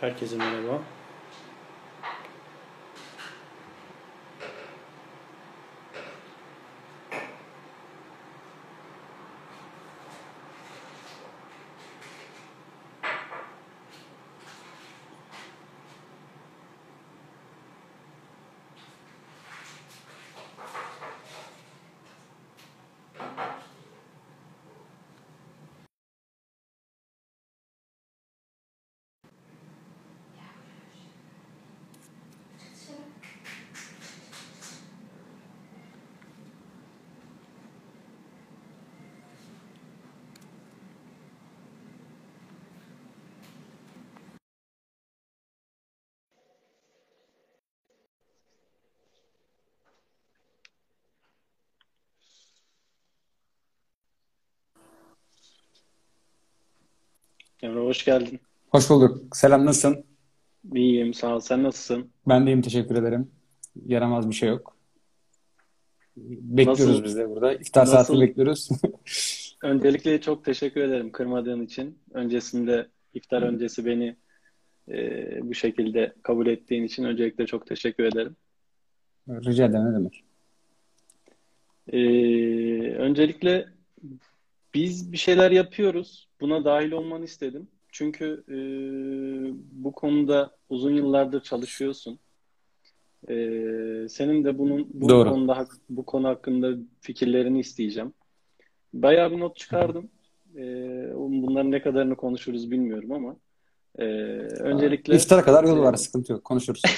Herkese merhaba. Emre hoş geldin. Hoş bulduk. Selam, nasılsın? İyiyim, sağ ol. Sen nasılsın? Ben de iyiyim, teşekkür ederim. Yaramaz bir şey yok. Bekliyoruz Nasıl, biz de burada. İftar saati nasıl? bekliyoruz. Öncelikle çok teşekkür ederim kırmadığın için. Öncesinde, iftar öncesi beni bu şekilde kabul ettiğin için öncelikle çok teşekkür ederim. Rica ederim, ne demek. E, Öncelikle biz bir şeyler yapıyoruz. Buna dahil olmanı istedim. Çünkü bu konuda uzun yıllardır çalışıyorsun. Senin de bu Doğru. konuda bu konu hakkında fikirlerini isteyeceğim. Bayağı bir not çıkardım. Bunların ne kadarını konuşuruz bilmiyorum ama e, öncelikle İftara kadar yol var, sıkıntı yok. Konuşuruz.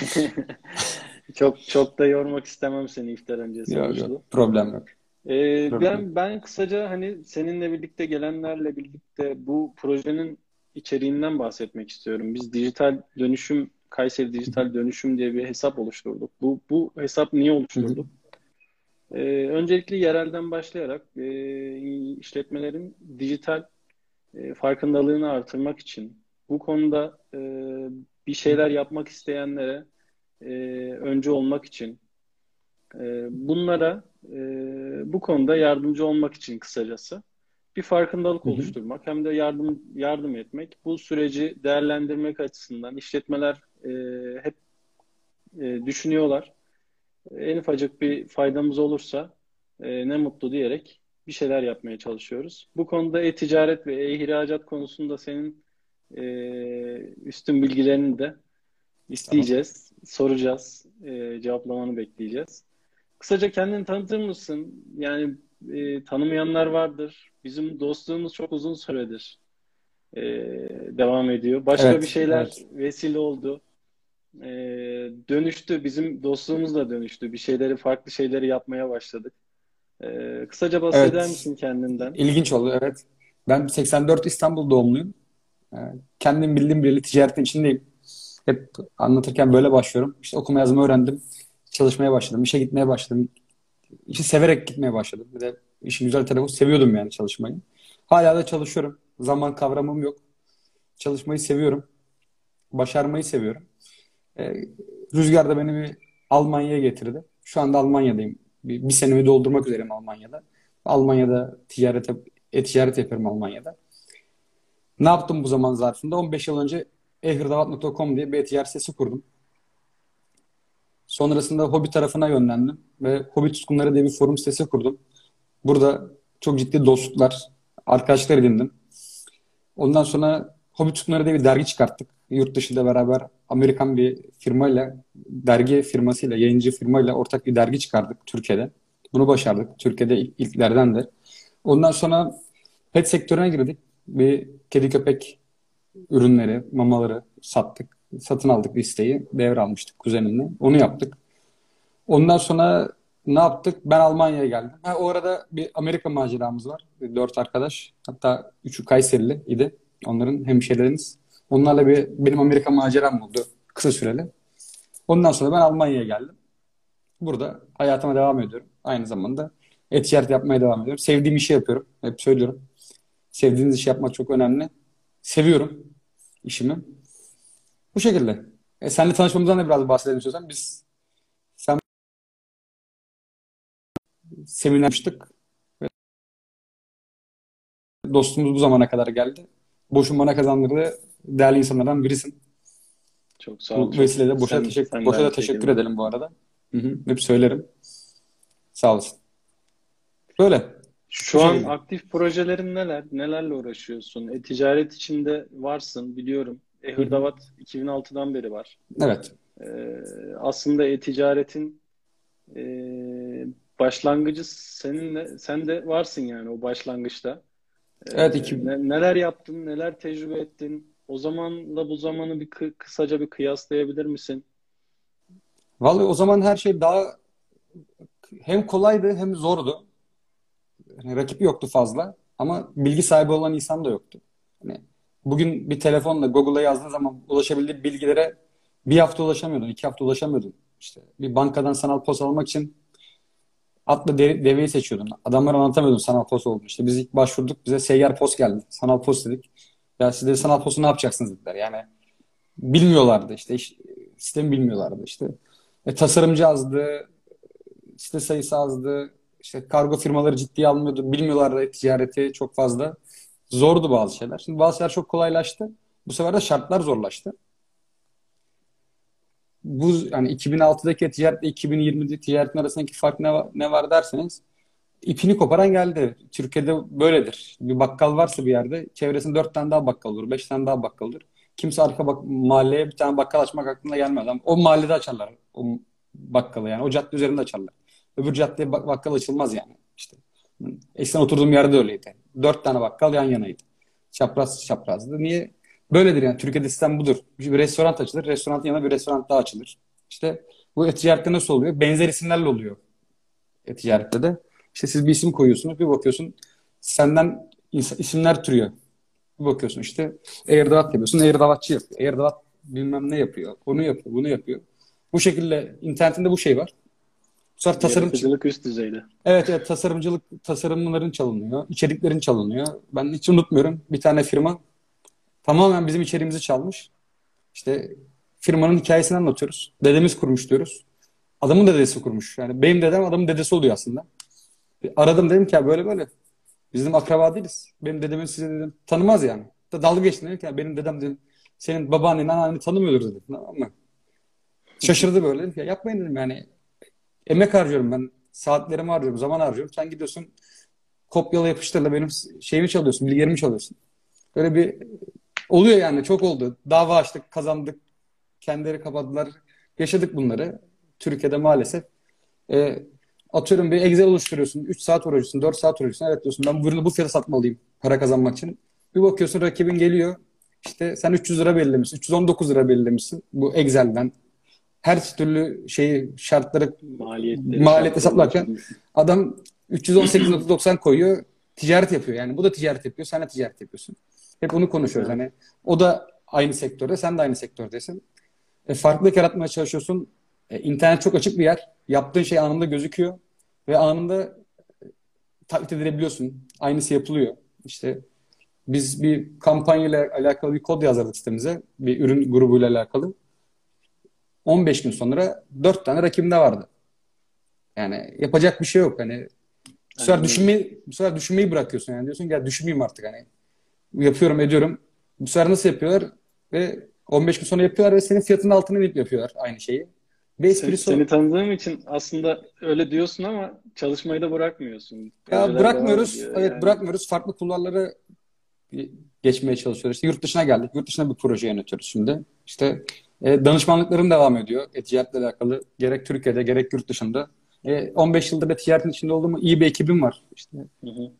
çok da yormak istemem seni iftar öncesi Yok yok, boşluğu. problem yok. Problem. Ben kısaca hani seninle birlikte gelenlerle birlikte bu projenin içeriğinden bahsetmek istiyorum. Biz dijital dönüşüm Kayseri Dijital Dönüşüm diye bir hesap oluşturduk. Bu hesap niye Hı hı. oluşturduk? Öncelikle yerelden başlayarak işletmelerin dijital farkındalığını artırmak için bu konuda bir şeyler yapmak isteyenlere e, öncü olmak için bunlara bu konuda yardımcı olmak için kısacası bir farkındalık Hı hı. oluşturmak hem de yardım etmek. Bu süreci değerlendirmek açısından işletmeler hep düşünüyorlar. En ufacık bir faydamız olursa ne mutlu diyerek bir şeyler yapmaya çalışıyoruz. Bu konuda e-ticaret ve e-ihracat konusunda senin üstün bilgilerini de Tamam. isteyeceğiz, soracağız, cevaplamanı bekleyeceğiz. Kısaca kendini tanıtır mısın? Yani tanımayanlar vardır. Bizim dostluğumuz çok uzun süredir e, devam ediyor. Başka bir Evet, şeyler evet. vesile oldu. Dönüştü. Bizim dostluğumuz da dönüştü. Farklı şeyleri yapmaya başladık. Kısaca bahseder Evet, misin kendinden? ilginç oldu, evet. Ben 84 İstanbul doğumluyum. Ee, Kendim bildiğim bileli ticaretin içindeyim. Hep anlatırken böyle başlıyorum. İşte okuma yazma öğrendim. Çalışmaya başladım, işe gitmeye başladım. İşi severek gitmeye başladım. Bir de işin güzel tarafı, seviyordum yani çalışmayı. Hala da çalışıyorum. Zaman kavramım yok. Çalışmayı seviyorum. Başarmayı seviyorum. Ee, Rüzgar da beni bir Almanya'ya getirdi. Şu anda Almanya'dayım. Bir senemi doldurmak üzereyim Almanya'da. Almanya'da e-ticaret yapıyorum Almanya'da. Ne yaptım bu zaman zarfında? 15 yıl önce ehirdavat.com diye bir e-ticaret sitesi kurdum. Sonrasında hobi tarafına yönlendim ve hobi tutkunları diye bir forum sitesi kurdum. Burada çok ciddi dostluklar, arkadaşlar edindim. Ondan sonra Hobi Tutunları diye bir dergi çıkarttık. Yurt dışında beraber Amerikan bir firmayla, dergi firmasıyla, yayıncı firmayla ortak bir dergi çıkardık Türkiye'de. Bunu başardık. Türkiye'de ilklerdendir. Ondan sonra pet sektörüne girdik. Bir kedi köpek ürünleri, mamaları sattık. Satın aldık listeyi. Devralmıştık kuzenimle. Onu yaptık. Ondan sonra ne yaptık? Ben Almanya'ya geldim. O arada bir Amerika maceramız var. Dört arkadaş. Hatta üçü Kayserili idi. Onların hemşehrilerimiz. Onlarla benim Amerika maceram oldu. Kısa süreli. Ondan sonra ben Almanya'ya geldim. Burada hayatıma devam ediyorum. Aynı zamanda e-ticaret yapmaya devam ediyorum. Sevdiğim işi yapıyorum. Hep söylüyorum. Sevdiğiniz işi yapmak çok önemli. Seviyorum işimi. Bu şekilde. Seninle tanışmamızdan da biraz bahsedelim istiyorsan. Sen seminermiştik. Dostumuz bu zamana kadar geldi. Boşun bana kazandırdığı değerli insanlardan birisin. Çok sağ ol. Bu Çok vesileyle sen de boşa da aynı teşekkür şekilde. edelim bu arada. Hı hı. Hep söylerim. Sağ olasın. Böyle. Bu Şu an şekilde. aktif projelerin neler? Nelerle uğraşıyorsun? E-ticaret içinde varsın biliyorum. Hı hı. eHırdavat 2006'dan beri var. Evet. Aslında e-ticaretin e, başlangıcı sen de varsın yani o başlangıçta. Ee, Evet, neler yaptın, neler tecrübe ettin? O zamanla bu zamanı bir kısaca bir kıyaslayabilir misin? vallahi o zaman her şey daha hem kolaydı hem zordu. Yani rakip yoktu fazla ama bilgi sahibi olan insan da yoktu. Hani bugün bir telefonla Google'a yazdığın zaman ulaşabildiğin bilgilere bir hafta ulaşamıyordun, 2 hafta ulaşamıyordun. İşte bir bankadan sanal post almak için atla deveyi seçiyordun. Adamlara anlatamıyordun sanal post olduğunu. İşte biz ilk başvurduk, bize seyyar post geldi. Sanal post dedik. Ya siz de sanal postu ne yapacaksınız dediler. Yani bilmiyorlardı işte, sistemi bilmiyorlardı işte. Tasarımcı azdı, site sayısı azdı. İşte kargo firmaları ciddiye almıyordu. Bilmiyorlardı ticareti çok fazla. Zordu bazı şeyler. Şimdi bazı şeyler çok kolaylaştı. Bu sefer de şartlar zorlaştı. Bu yani 2006'daki ticaretle 2020'deki ticaretin arasındaki fark ne var derseniz ipini koparan geldi. Türkiye'de böyledir. Bir bakkal varsa bir yerde çevresinde 4 tane daha bakkal olur, 5 tane daha bakkal olur. Kimse mahalleye bir tane bakkal açmak aklına gelmez. Ama o mahallede açarlar o bakkalı yani. O cadde üzerinde açarlar. Öbür caddeye bakkal açılmaz yani. İşte eskiden oturduğum yerde öyleydi. 4 tane bakkal yan yanaydı. Çapraz çaprazdı. Niye? Böyledir yani. Türkiye'de sistem budur. Bir restoran açılır. Restoranın yanına bir restoran daha açılır. İşte bu e-ticarette nasıl oluyor? Benzer isimlerle oluyor e-ticarette de. İşte siz bir isim koyuyorsunuz. Bir bakıyorsun senden isimler türüyor. Bir bakıyorsun işte AirDavat yapıyorsun. AirDavatçı yapıyor. AirDavat bilmem ne yapıyor. Onu yapıyor. Bunu yapıyor. Bu şekilde internetinde bu şey var. Bu sefer Yaratıcılık üst düzeyde. evet, evet, tasarımların çalınıyor. İçeriklerin çalınıyor. Ben hiç unutmuyorum. Bir tane firma tamamen bizim içeriğimizi çalmış. İşte firmanın hikayesini anlatıyoruz. Dedemiz kurmuş diyoruz. Adamın da dedesi kurmuş. Yani benim dedem adamın dedesi oluyor aslında. Aradım dedim ki ya böyle böyle. Biz dedim akraba değiliz. Benim dedemin sizi dedim tanımaz yani. Dalga geçtim dedim ki ya benim dedem dedim senin babaannen anneanneni tanımıyordur dedim. Tamam mı? Şaşırdı böyle dedim ki ya yapmayın dedim yani. Emek harcıyorum ben. Saatlerimi harcıyorum. Zaman harcıyorum. Sen gidiyorsun kopyala yapıştırla benim şeyimi çalıyorsun. Bilgilerimi çalıyorsun. Böyle bir oluyor yani çok oldu. Dava açtık kazandık. Kendileri kapadılar. Yaşadık bunları. Türkiye'de maalesef. E, atıyorum bir Excel oluşturuyorsun. 3 saat uğraşıyorsun, 4 saat uğraşıyorsun. Evet diyorsun ben bu ürünü bu fiyata satmalıyım para kazanmak için. Bir bakıyorsun rakibin geliyor. İşte sen 300 lira belirlemişsin. 319 lira belirlemişsin. Bu Excel'den. Her türlü şeyi şartları Maliyetleri, maliyet şartlarını hesaplarken çizmiş. adam 318.90 koyuyor. Ticaret yapıyor yani. Bu da ticaret yapıyor. Sen de ticaret yapıyorsun. Hep onu konuşuyoruz. Evet. Hani o da aynı sektörde, sen de aynı sektördesin. Farklılık yaratmaya çalışıyorsun. İnternet çok açık bir yer. Yaptığın şey anında gözüküyor ve anında taklit edilebiliyorsun. Aynısı yapılıyor. İşte biz bir kampanyayla alakalı bir kod yazardık sitemize. Bir ürün grubuyla alakalı. 15 gün sonra 4 tane rakibinde vardı. Yani yapacak bir şey yok. Hani Aynen öyle. bu sefer düşünmeyi bırakıyorsun yani. Diyorsun ki ya düşünmeyeyim artık hani. Yapıyorum, ediyorum. Bu sefer nasıl yapıyorlar? Ve 15 gün sonra yapıyorlar ve senin fiyatının altına inip yapıyorlar aynı şeyi. Bir esprisi Seni o. tanıdığım için aslında öyle diyorsun ama çalışmayı da bırakmıyorsun. Ya Projeler devam bırakmıyoruz. ediyor. Evet, Yani bırakmıyoruz. Farklı kulvarları geçmeye çalışıyoruz. İşte yurt dışına geldik. Yurt dışına bir proje yönetiyoruz şimdi. İşte danışmanlıklarım devam ediyor. E-ticaretle alakalı. Gerek Türkiye'de gerek yurt dışında. 15 yıldır e-ticaretin içinde olduğum iyi bir ekibim var. İşte hı hı.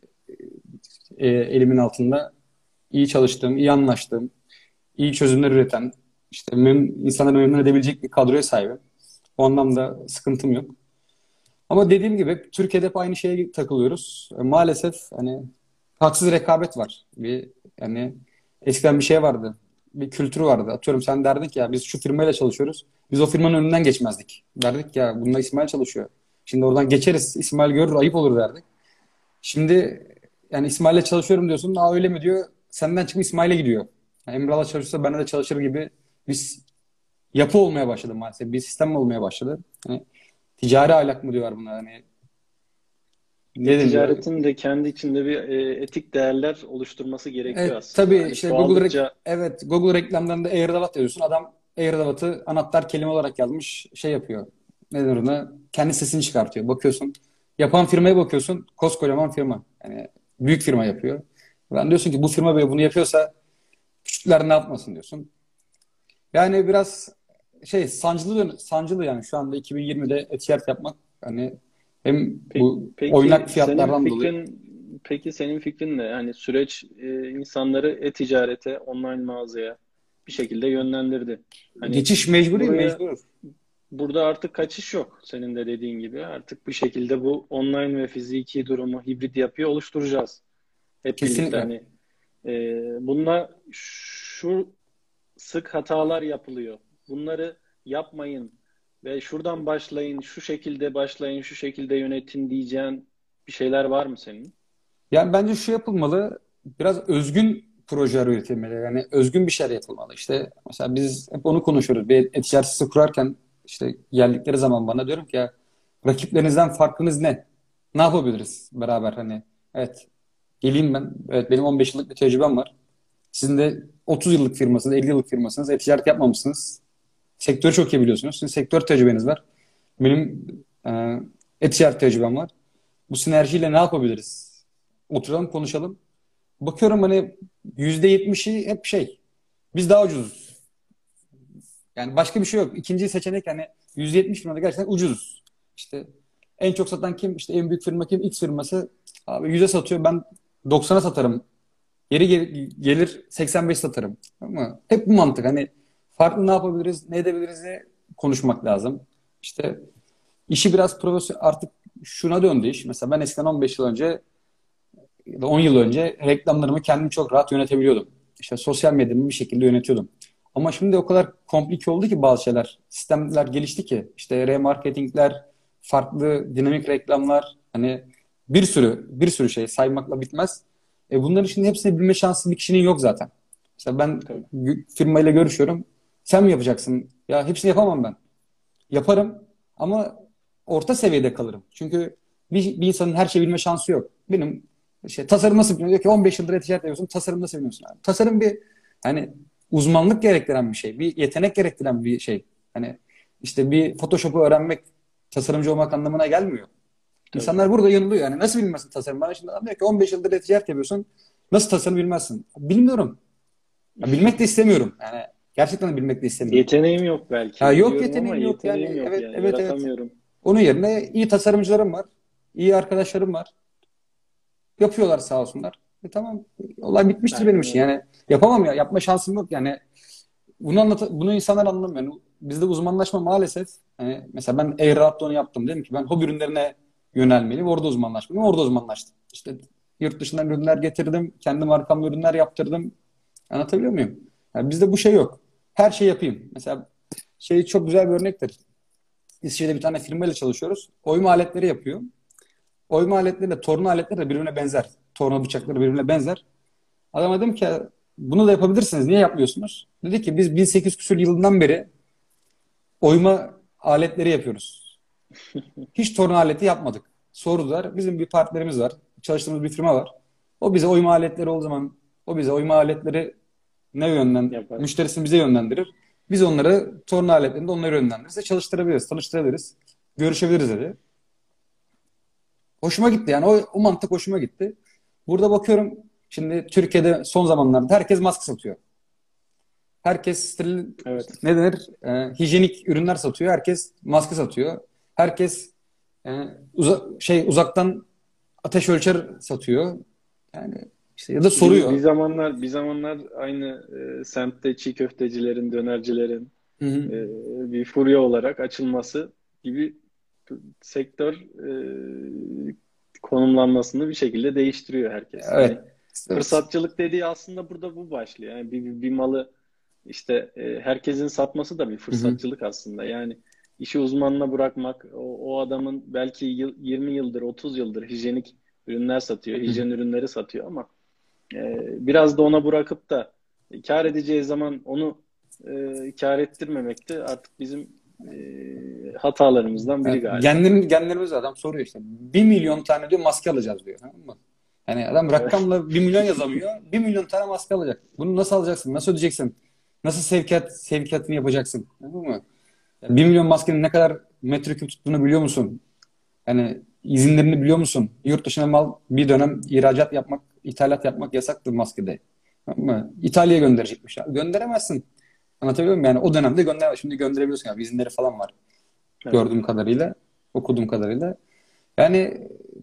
elimin altında iyi çalıştığım, iyi anlaştığım, iyi çözümler üreten, işte insanları memnun edebilecek bir kadroya sahibim. O anlamda sıkıntım yok. Ama dediğim gibi Türkiye'de hep aynı şeye takılıyoruz. Maalesef hani haksız rekabet var. Yani eskiden bir şey vardı. Bir kültürü vardı. Atıyorum sen derdin ki ya biz şu firmayla çalışıyoruz. Biz o firmanın önünden geçmezdik. Derdik ya bununla İsmail çalışıyor. Şimdi oradan geçeriz. İsmail görür ayıp olur derdik. Şimdi yani İsmail'le çalışıyorum diyorsun. Aa öyle mi diyor. Senden çıkıp İsmail'e gidiyor. Yani Emrah'la çalışırsa ben de çalışır gibi bir yapı olmaya başladı maalesef. Bir sistem olmaya başladı. Hani ticari ahlak mı diyorlar buna? Hani ne deniliyor? E-ticaretin de kendi içinde bir etik değerler oluşturması gerekiyor Evet, aslında. tabii Hani işte çoğaldıkça Google reklamlarında AirDavat yazıyorsun. Adam AirDAV'ı anahtar kelime olarak yazmış, şey yapıyor. Ne denir ona? Kendi sesini çıkartıyor. Bakıyorsun. Yapan firmaya bakıyorsun. Koskocaman firma. Yani büyük firma yapıyor. Ben diyorsun ki bu firma böyle bunu yapıyorsa küçükler ne yapmasın diyorsun. Yani biraz sancılı yani şu anda 2020'de e-ticaret yapmak. Hani hem bu Peki oynak senin fiyatlardan dolayı fikrin peki senin fikrin ne? Yani süreç insanları e-ticarete, online mağazaya bir şekilde yönlendirdi. Hani geçiş mecburi buraya mecbur. burada artık kaçış yok. Senin de dediğin gibi artık bir şekilde bu online ve fiziki durumu hibrit yapıyı oluşturacağız. Hep birlikte Kesinlikle. hani bununla şu sık hatalar yapılıyor. Bunları yapmayın ve şuradan başlayın, şu şekilde başlayın, şu şekilde yönetin diyeceğin bir şeyler var mı senin? Yani bence şu yapılmalı. Biraz özgün projeler üretilmeli. Yani özgün bir şeyler yapılmalı. İşte mesela biz hep onu konuşuyoruz. Bir e-ticaret sitesi kurarken işte geldikleri zaman bana diyorum ki ya rakiplerinizden farkınız ne? Ne yapabiliriz beraber hani? Evet, geleyim ben. Evet, benim 15 yıllık bir tecrübem var. Sizin de 30 yıllık firmasınız, 50 yıllık firmasınız. E-ticaret yapmamışsınız. Sektörü çok iyi biliyorsunuz. Sizin sektör tecrübeniz var. Benim e-ticaret tecrübem var. Bu sinerjiyle ne yapabiliriz? Oturalım konuşalım. Bakıyorum hani %70'i hep şey. Biz daha ucuzuz. Yani başka bir şey yok. İkinci seçenek hani %70 firmada gerçekten ucuzuz. İşte en çok satan kim? İşte en büyük firma kim? X firması. Abi 100'e satıyor. Ben 90'a satarım. Gelir 85 satarım. Ama hep bu mantık. Hani farklı ne yapabiliriz, ne edebiliriz diye konuşmak lazım. İşte işi biraz profesyonel artık şuna döndü iş. Mesela ben eskiden 15 yıl önce ya da 10 yıl önce reklamlarımı kendim çok rahat yönetebiliyordum. İşte sosyal medyamı bir şekilde yönetiyordum. Ama şimdi o kadar komplike oldu ki bazı şeyler. Sistemler gelişti ki işte remarketingler, farklı dinamik reklamlar hani bir sürü şey saymakla bitmez. Bunların şimdi hepsini bilme şansı bir kişinin yok zaten. Mesela ben Tabii. firmayla görüşüyorum. Sen mi yapacaksın? Ya hepsini yapamam ben. Yaparım ama orta seviyede kalırım. Çünkü bir insanın her şeyi bilme şansı yok. Benim işte tasarım nasıl biliyorsun? Diyor ki 15 yıldır ticaret yapıyorsun. Tasarım nasıl biliyorsun? Abi? Tasarım bir hani uzmanlık gerektiren bir şey. Bir yetenek gerektiren bir şey. Hani işte bir Photoshop'u öğrenmek tasarımcı olmak anlamına gelmiyor. Tabii. İnsanlar burada yanılıyor. Yani nasıl bilmezsin tasarım? Bana şimdi adam diyor ki 15 yıldır ticaret yapıyorsun. Nasıl tasarım bilmezsin? Bilmiyorum. Ya bilmek de istemiyorum. Yani gerçekten de bilmek de istemiyorum. Yeteneğim yok belki. Ya yok Biliyorum ama yeteneğim yok yani. yeteneğim yok Evet, yani. evet, evet. Yaratamıyorum. Onun yerine iyi tasarımcılarım var. İyi arkadaşlarım var. Yapıyorlar sağ olsunlar. Tamam. Olay bitmiştir benim Aynen için. öyle. Yani yapamam ya. Yapma şansım yok. Yani bunu insanlar anlamıyor. Yani bizde uzmanlaşma maalesef. Yani mesela ben Air yaptım. Dedim ki ben hobi ürünlerine yönelmeliyim. Orada uzmanlaşmalıyım. Orada uzmanlaştım. İşte yurt dışından ürünler getirdim. Kendi markamlı ürünler yaptırdım. Anlatabiliyor muyum? Yani bizde bu şey yok. Her şey yapayım. Mesela şey çok güzel bir örnektir. İsviçre'de bir tane firmayla çalışıyoruz. Oyma aletleri yapıyor. Oyma aletleriyle torna aletleri de birbirine benzer. Torna bıçakları birbirine benzer. Adama dedim ki bunu da yapabilirsiniz. Niye yapmıyorsunuz? Dedi ki biz 1800 küsur yılından beri oyma aletleri yapıyoruz. Hiç torna aleti yapmadık. Sordular. Bizim bir partnerimiz var. Çalıştığımız bir firma var. O bize oyma aletleri o zaman o bize oyma aletleri ne yönden Yapar. müşterisini bize yönlendirir. Biz onları torna aletlerinde onları yönlendirirse çalıştırabiliriz, tanıştırabiliriz, görüşebiliriz dedi. Hoşuma gitti yani o mantık hoşuma gitti. Burada bakıyorum şimdi Türkiye'de son zamanlarda herkes maske satıyor. Herkes steril Evet. ne denir? Hijyenik ürünler satıyor. Herkes maske satıyor. Herkes uzaktan ateş ölçer satıyor. Yani işte ya da Bir soruyor. zamanlar aynı semtte çiğ köftecilerin, dönercilerin Hı hı. bir furya olarak açılması gibi sektör konumlanmasını bir şekilde değiştiriyor herkes. Yani Evet. Evet. fırsatçılık dediği aslında burada bu başlıyor. Yani bir malı işte herkesin satması da bir Hı hı. fırsatçılık aslında. Yani işi uzmanına bırakmak, o adamın belki 20 yıldır, 30 yıldır hijyenik ürünler satıyor, Hı hı. hijyen ürünleri satıyor ama biraz da ona bırakıp da kar edeceği zaman onu kar ettirmemek de artık bizim hatalarımızdan biri Evet, galiba. genlerimiz adam soruyor işte. 1 milyon tane diyor maske alacağız diyor. Tamam mı? Yani adam Evet. rakamla 1 milyon yazamıyor. 1 milyon tane maske alacak. Bunu nasıl alacaksın? Nasıl ödeyeceksin? Nasıl sevkiyatını yapacaksın? Anladın mı? 1 milyon maskenin ne kadar metreküp tuttuğunu biliyor musun? Yani izinlerini biliyor musun? Yurt dışına mal bir dönem ihracat yapmak, ithalat yapmak yasaktı maskede. Ama İtalya'ya gönderecekmiş. Gönderemezsin. Anlatabiliyor muyum? Yani o dönemde gönderemez. Şimdi gönderebiliyorsun. Yani izinleri falan var. Evet. Gördüğüm kadarıyla, okuduğum kadarıyla. Yani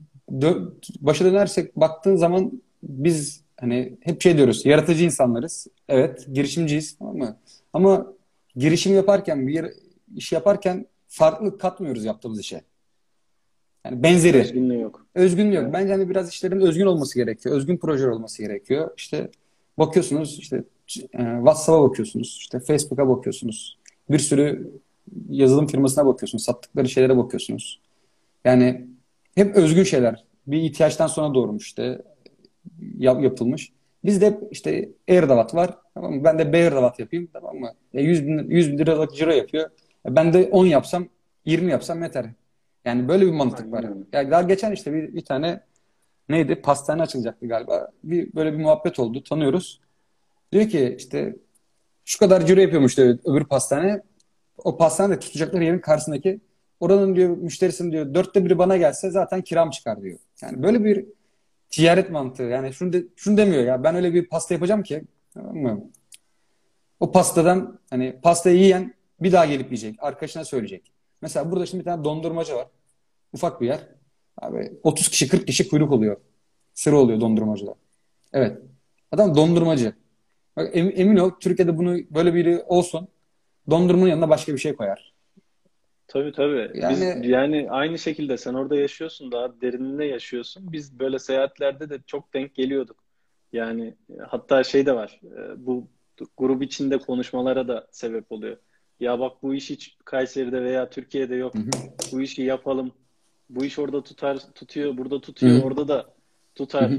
başa dönersek baktığın zaman biz hani hep şey diyoruz. Yaratıcı insanlarız. Evet, girişimciyiz. Tamam mı? Ama girişim yaparken, bir iş yaparken farklılık katmıyoruz yaptığımız işe. Yani benzeri. Özgünlüğü yok. Özgün yok. Evet. Bence hani biraz işlerin özgün olması gerekiyor. Özgün projeler olması gerekiyor. İşte bakıyorsunuz işte WhatsApp'a bakıyorsunuz. İşte Facebook'a bakıyorsunuz. Bir sürü yazılım firmasına bakıyorsunuz. Sattıkları şeylere bakıyorsunuz. Yani hep özgün şeyler. Bir ihtiyaçtan sonra doğurmuş işte yapılmış. Bizde hep işte AirDavat var. Tamam mı? Ben de BAirDavat yapayım. Tamam mı? 100 bin liralık ciro yapıyor. Ben de 10 yapsam 20 yapsam yeter. Yani böyle bir mantık Aynen var. öyle. Yani daha geçen işte bir tane neydi? Pastane açılacaktı galiba. Böyle bir muhabbet oldu. Tanıyoruz. Diyor ki işte şu kadar ciro yapıyormuş diyor öbür pastane. O pastane de tutacakları yerin karşısındaki oranın diyor müşterisinin diyor 1/4 bana gelse zaten kiram çıkar diyor. Yani böyle bir ticaret mantığı. Yani şunu demiyor ya ben öyle bir pasta yapacağım ki tamam mı? O pastadan hani pastayı yiyen bir daha gelip yiyecek. Arkadaşına söyleyecek. Mesela burada şimdi bir tane dondurmacı var. Ufak bir yer. Abi 30 kişi 40 kişi kuyruk oluyor. Sıra oluyor dondurmacıda. Evet. Adam dondurmacı. Bak, emin ol Türkiye'de bunu böyle biri olsun. Dondurmanın yanına başka bir şey koyar. Tabii tabii. Biz Yani yani aynı şekilde sen orada yaşıyorsun, daha derininde yaşıyorsun. Biz böyle seyahatlerde de çok denk geliyorduk. Yani hatta şey de var. Bu grup içinde konuşmalara da sebep oluyor. Ya bak bu iş hiç Kayseri'de veya Türkiye'de hı yok. hı, Bu işi yapalım. Bu iş orada tutuyor, burada hı tutuyor, hı, orada da hı tutar hı.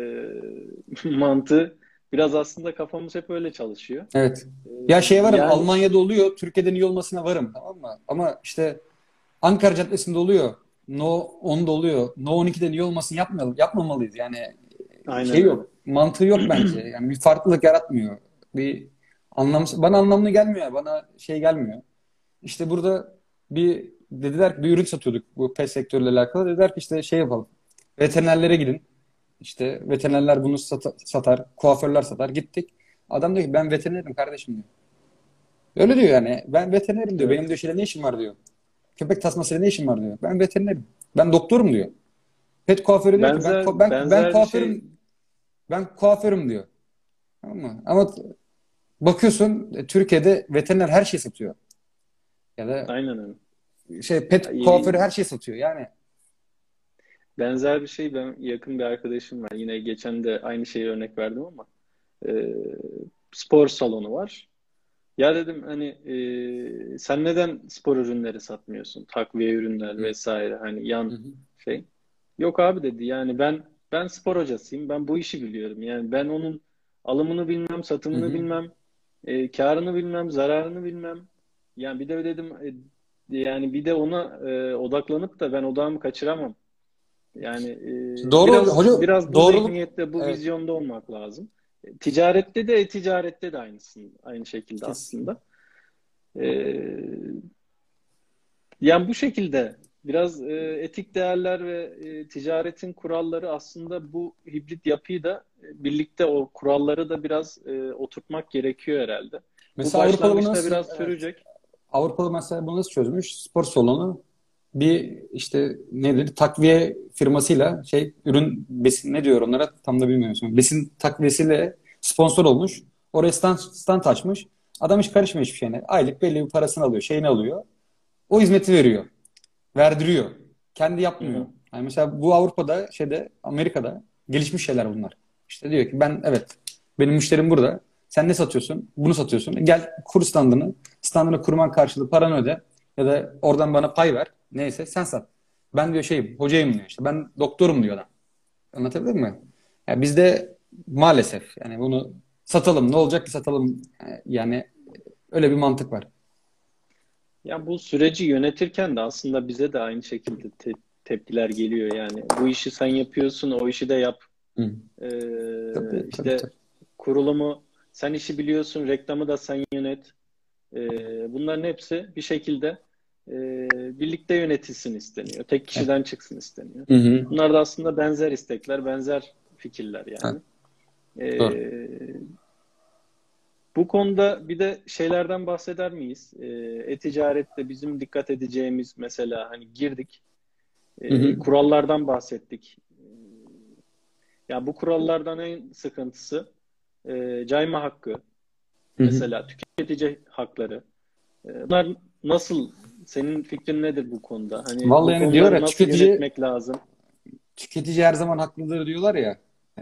mantığı. Biraz aslında kafamız hep öyle çalışıyor. Evet. E, Ya şey varım yani Almanya'da oluyor. Türkiye'den iyi olmasına varım tamam mı? Ama işte Ankara Caddesi'nde oluyor. No 10'da oluyor. No 12'de niye olmasın yapmamalıyız. Yani şey aynen öyle. yok. Mantığı yok bence. Yani bir farklılık yaratmıyor. Bir bana anlamlı gelmiyor. Bana şey gelmiyor. İşte burada dediler ki bir ürün satıyorduk bu pet sektörüyle alakalı. Dediler ki işte şey yapalım. Veterinerlere gidin. İşte veterinerler bunu satar. Kuaförler satar. Gittik. Adam diyor ki ben veterinerim kardeşim diyor. Öyle diyor yani. Ben veterinerim diyor. Benim Evet. diyor şeyle ne işim var diyor. Köpek tasmasıyla ne işim var diyor. Ben veterinerim. Ben doktorum diyor. Pet kuaförü diyor ki ben Benzer bir şey. kuaförüm diyor. Tamam mı? Ama bakıyorsun Türkiye'de veteriner her şey satıyor. Ya da Aynen öyle. şey pet kuaförü her şey satıyor. Yani Benzer bir şey, ben yakın bir arkadaşım var. Yine geçen de aynı şeyi örnek verdim ama e, spor salonu var. Ya dedim hani sen neden spor ürünleri satmıyorsun? Takviye ürünler hı vesaire, hani hı yan hı şey. Yok abi dedi. Yani ben spor hocasıyım. Ben bu işi biliyorum. Yani ben onun alımını bilmem, hı satımını hı. bilmem, karını bilmem, zararını bilmem. Yani bir de dedim yani bir de ona odaklanıp da ben odağımı kaçıramam. Yani Doğru biraz hoca biraz bu doğruluk zihniyette, bu evet vizyonda olmak lazım. Ticarette de ticarette de aynı şekilde kes, aslında. E, Yani bu şekilde biraz etik değerler ve ticaretin kuralları, aslında bu hibrit yapıyı da birlikte, o kuralları da biraz oturtmak gerekiyor herhalde. Bu mesela Avrupalı bunu başlangıçta nasıl biraz evet sürecek. Avrupalı mesela bunu nasıl çözmüş? Spor salonu bir işte nedir takviye firmasıyla şey ürün besin ne diyor onlara tam da bilmiyorum. Besin takviyesiyle sponsor olmuş. Oraya stand açmış. Adam hiç karışmıyor hiçbir şeyine. Aylık belli bir parasını alıyor, şeyini alıyor. O hizmeti veriyor. Verdiriyor. Kendi Hı yapmıyor. hı. Yani mesela bu Avrupa'da, Amerika'da gelişmiş şeyler bunlar. İşte diyor ki ben evet benim müşterim burada. Sen ne satıyorsun? Bunu satıyorsun. Gel kur standını. Standını kurman karşılığı paranı öde. Ya da oradan bana pay ver. Neyse sen sat. Ben diyor şeyim, hocayım diyor işte. Ben doktorum diyor adam. Anlatabildim mi? Yani bizde maalesef yani bunu satalım. Ne olacak ki satalım? Yani öyle bir mantık var. Ya bu süreci yönetirken de aslında bize de aynı şekilde tepkiler geliyor. Yani bu işi sen yapıyorsun, o işi de yap. Hı. Tabii tabii İşte tabii. kurulumu Sen işi biliyorsun, reklamı da sen yönet. Bunların hepsi bir şekilde birlikte yönetilsin isteniyor. Tek Eh, kişiden çıksın isteniyor. Hı hı. Bunlar da aslında benzer istekler, benzer fikirler Evet, yani. doğru. Ee, Bu konuda bir de şeylerden bahseder miyiz? E-ticarette bizim dikkat edeceğimiz mesela hani girdik, Hı hı. kurallardan bahsettik. Ya bu kurallardan en sıkıntısı cayma hakkı, Hı hı. mesela tüketici hakları. Bunlar nasıl, senin fikrin nedir bu konuda? Hani Vallahi bu yani diyor konuları ya, nasıl tüketici yönetmek lazım? tüketici her zaman haklıdır diyorlar ya.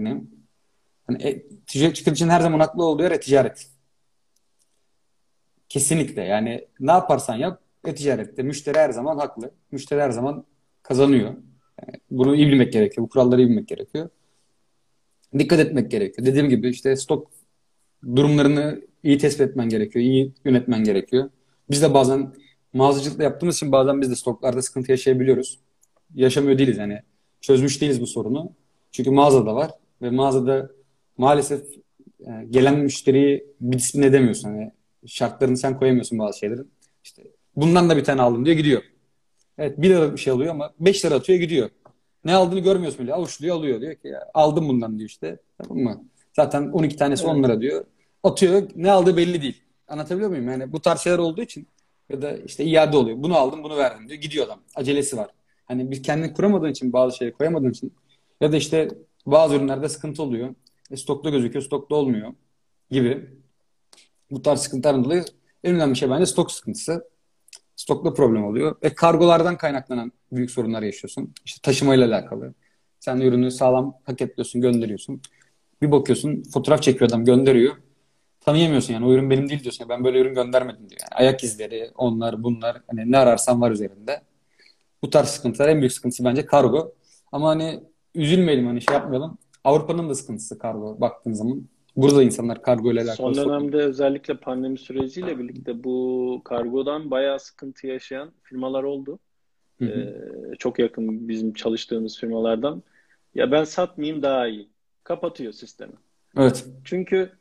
Hani tüketicinin her zaman haklı olduğu yer ticaret. Kesinlikle. Yani ne yaparsan yap ticarette müşteri her zaman haklı. Müşteri her zaman kazanıyor. Bunu iyi bilmek gerekiyor. Bu kuralları iyi bilmek gerekiyor. Dikkat etmek gerekiyor. Dediğim gibi işte stok durumlarını iyi tespit etmen gerekiyor. İyi yönetmen gerekiyor. Biz de bazen mağazacılıkla yaptığımız için bazen biz de stoklarda sıkıntı yaşayabiliyoruz. Yaşamıyor değiliz yani. Çözmüş değiliz bu sorunu. Çünkü mağazada var ve mağazada maalesef gelen müşteriyi bir disiplin edemiyorsun. Hani şartlarını sen koyamıyorsun bazı şeylerin. İşte bundan da bir tane aldım diyor gidiyor. Evet, 1 lira bir şey alıyor ama 5 lira atıyor gidiyor. Ne aldığını görmüyorsun bile. Avuçluyor alıyor, diyor ki ya, aldım bundan diyor işte. Tamam mı? Zaten 12 tanesi 10 Evet. lira diyor. Atıyor, ne aldığı belli değil. Anlatabiliyor muyum? Yani bu tarz şeyler olduğu için ya da işte iade oluyor. Bunu aldım bunu verdim diyor. Gidiyor adam. Acelesi var. Hani biz kendini kuramadığın için, bazı şeyleri koyamadığın için ya da işte bazı ürünlerde sıkıntı oluyor. Stokta gözüküyor, stokta olmuyor gibi. Bu tarz sıkıntılardan dolayı en önemli şey bence stok sıkıntısı. Stokta problem oluyor. Kargolardan kaynaklanan büyük sorunlar yaşıyorsun. İşte taşımayla alakalı. Sen ürünü sağlam paketliyorsun, gönderiyorsun. Bir bakıyorsun fotoğraf çekiyor adam, gönderiyor. Tanıyamıyorsun yani, o ürün benim değil diyorsun. Ben böyle ürün göndermedim diyor. Yani ayak izleri, onlar bunlar, hani ne ararsan var üzerinde. Bu tarz sıkıntılar, en büyük sıkıntısı bence kargo. Ama hani üzülmeyelim, hani şey yapmayalım. Avrupa'nın da sıkıntısı kargo baktığın zaman. Burada insanlar kargo ile alakalı Son sorun. dönemde özellikle pandemi süreciyle birlikte bu kargodan bayağı sıkıntı yaşayan firmalar oldu. Hı hı. Çok yakın bizim çalıştığımız firmalardan. Ya ben satmayayım daha iyi. Kapatıyor sistemi. Evet. Çünkü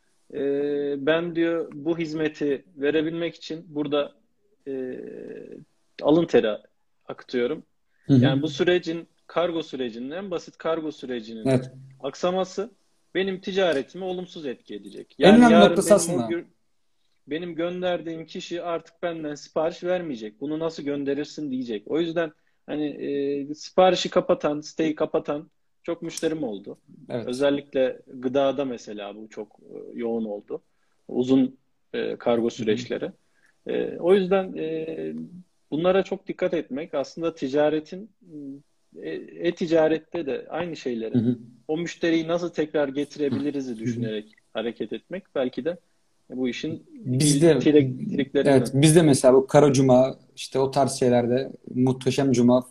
ben diyor bu hizmeti verebilmek için burada e, alın teri akıtıyorum. Hı hı. Yani bu sürecin, kargo sürecinin, en basit kargo sürecinin Evet. aksaması benim ticaretime olumsuz etki edecek. En Yani önemli yarın noktası benim o aslında. benim gönderdiğim kişi artık benden sipariş vermeyecek. Bunu nasıl gönderirsin diyecek. O yüzden hani siparişi kapatan, siteyi kapatan çok müşterim oldu. Evet. Özellikle gıdada mesela bu çok yoğun oldu. Uzun kargo Hı hı. süreçleri. O yüzden bunlara çok dikkat etmek aslında ticaretin, e-ticarette de aynı Hı şeyleri, hı. o müşteriyi nasıl tekrar Hı getirebiliriz hı. düşünerek hareket etmek belki de bu işin Bizde evet, triklerinden. bizde mesela bu Kara Cuma, işte o tarz şeylerde Muhteşem Cuma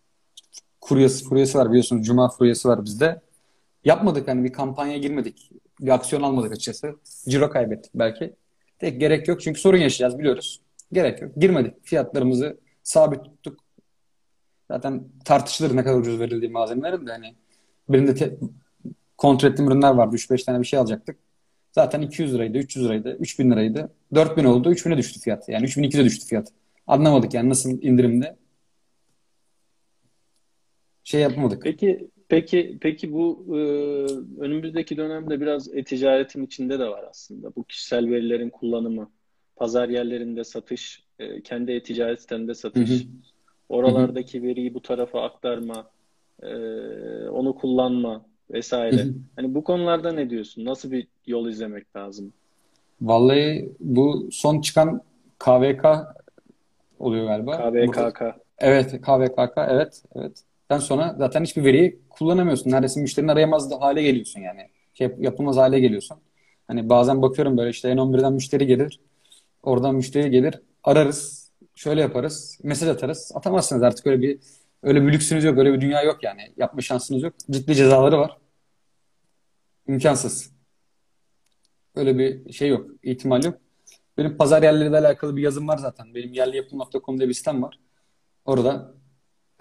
furyası var, biliyorsunuz. Cuma furyası var bizde. Yapmadık, hani bir kampanya girmedik. Bir aksiyon almadık açıkçası. Ciro kaybettik belki. Tek gerek yok çünkü sorun yaşayacağız biliyoruz. Gerek yok. Girmedik. Fiyatlarımızı sabit tuttuk. Zaten tartışılır ne kadar ucuz verildiği malzemelerin de, hani birinde kontrol ettiğim ürünler vardı. 3-5 tane bir şey alacaktık. Zaten 200 liraydı, 300 liraydı, 3000 liraydı. 4000 oldu, 3000'e düştü fiyat. Yani 3200'e düştü fiyat. Anlamadık yani nasıl indirimde. Şey yapamadık. Peki bu önümüzdeki dönemde biraz e-ticaretin içinde de var aslında. Bu kişisel verilerin kullanımı, pazar yerlerinde satış, kendi e-ticaret sitesinde Hı hı. satış, Hı hı. oralardaki veriyi bu tarafa aktarma, e, onu kullanma Hı vesaire. hı. Hani bu konularda ne diyorsun? Nasıl bir yol izlemek lazım? Vallahi bu son çıkan KVK oluyor galiba. Burada KVKK. evet, KVKK, evet evet. Den sonra zaten hiçbir veriyi kullanamıyorsun. Neredeyse müşterinin arayamaz da hale geliyorsun yani. Yapılmaz hale geliyorsun. Hani bazen bakıyorum böyle, işte N11'den müşteri gelir. Oradan müşteri gelir. Ararız. Şöyle yaparız. Mesaj atarız. Atamazsınız artık, öyle bir lüksünüz yok. Öyle bir dünya yok yani. Yapma şansınız yok. Ciddi cezaları var. İmkansız. Öyle bir şey yok. İhtimal yok. Benim pazar yerleriyle alakalı bir yazım var zaten. Benim yerliyapım.com diye bir sitem var. Orada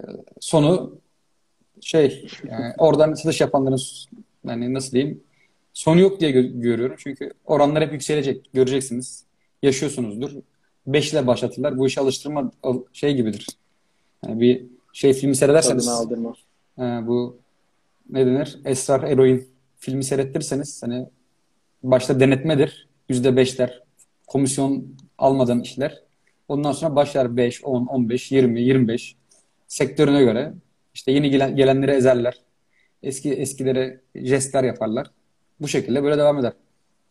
sonu şey, yani oradan satış yapanların, yani nasıl diyeyim, sonu yok diye görüyorum. Çünkü oranlar hep yükselecek. Göreceksiniz. Yaşıyorsunuzdur. 5 ile başlatırlar. Bu işe alıştırma şey gibidir. Yani bir şey filmi Tadını seyrederseniz aldırma. bu ne denir? Esrar Eroin filmi seyrettirirseniz hani başta denetmedir. %5'ler komisyon almadan işler. Ondan sonra başlar 5, 10, 15, 20, 25 sektörüne göre. İşte yeni gelenleri ezerler. Eskilere jestler yaparlar. Bu şekilde böyle devam eder.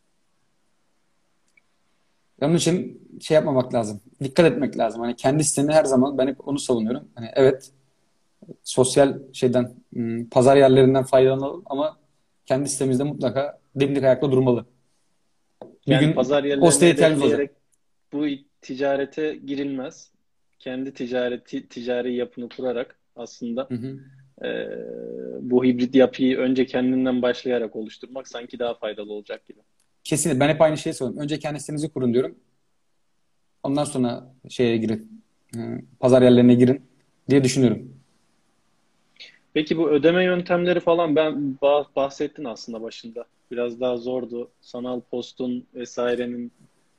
Onun için şey yapmamak lazım. Dikkat etmek lazım. Hani kendi siteni her zaman ben hep onu savunuyorum. Hani evet sosyal şeyden pazar yerlerinden faydalanalım ama kendi sitemizde mutlaka dimdik ayakta durmalı. Bir Yani gün pazar o yerlerini siteye ihtiyacımız olacak. hedefleyerek bu ticarete girilmez. Kendi ticari yapını kurarak aslında Hı hı. e, bu hibrit yapıyı önce kendinden başlayarak oluşturmak sanki daha faydalı olacak gibi. Kesinlikle. Ben hep aynı şeyi söylüyorum. Önce kendi sitenizi kurun diyorum. Ondan sonra şeye girin. Pazar yerlerine girin diye düşünüyorum. Peki bu ödeme yöntemleri falan ben bahsettin aslında başında. Biraz daha zordu. Sanal postun vesairenin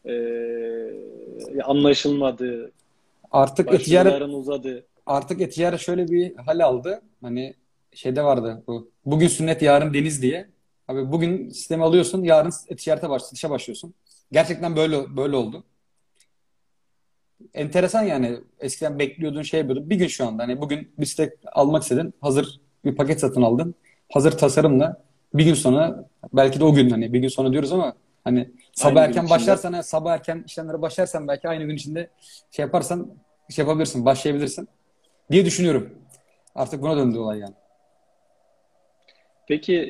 anlaşılmadığı, Artık e-ticaret başvuruların uzadığı. artık e-ticaret şöyle bir hal aldı. Hani şeyde vardı bu. Bugün sünnet yarın deniz diye. Abi bugün sistemi alıyorsun, yarın e-ticarete satışa başlıyorsun. Gerçekten böyle oldu. Enteresan yani. Eskiden bekliyordun şey yapıyordun. Bir gün şu anda hani bugün bir site almak istedin. Hazır bir paket satın aldın. Hazır tasarımla bir gün sonra belki de o gün hani bir gün sonra diyoruz ama hani sabah Aynı gün erken içinde. başlarsan sabah erken işlemlere başlarsan belki aynı gün içinde şey yaparsan şey yapabilirsin, başlayabilirsin diye düşünüyorum. Artık buna döndü olay yani. Peki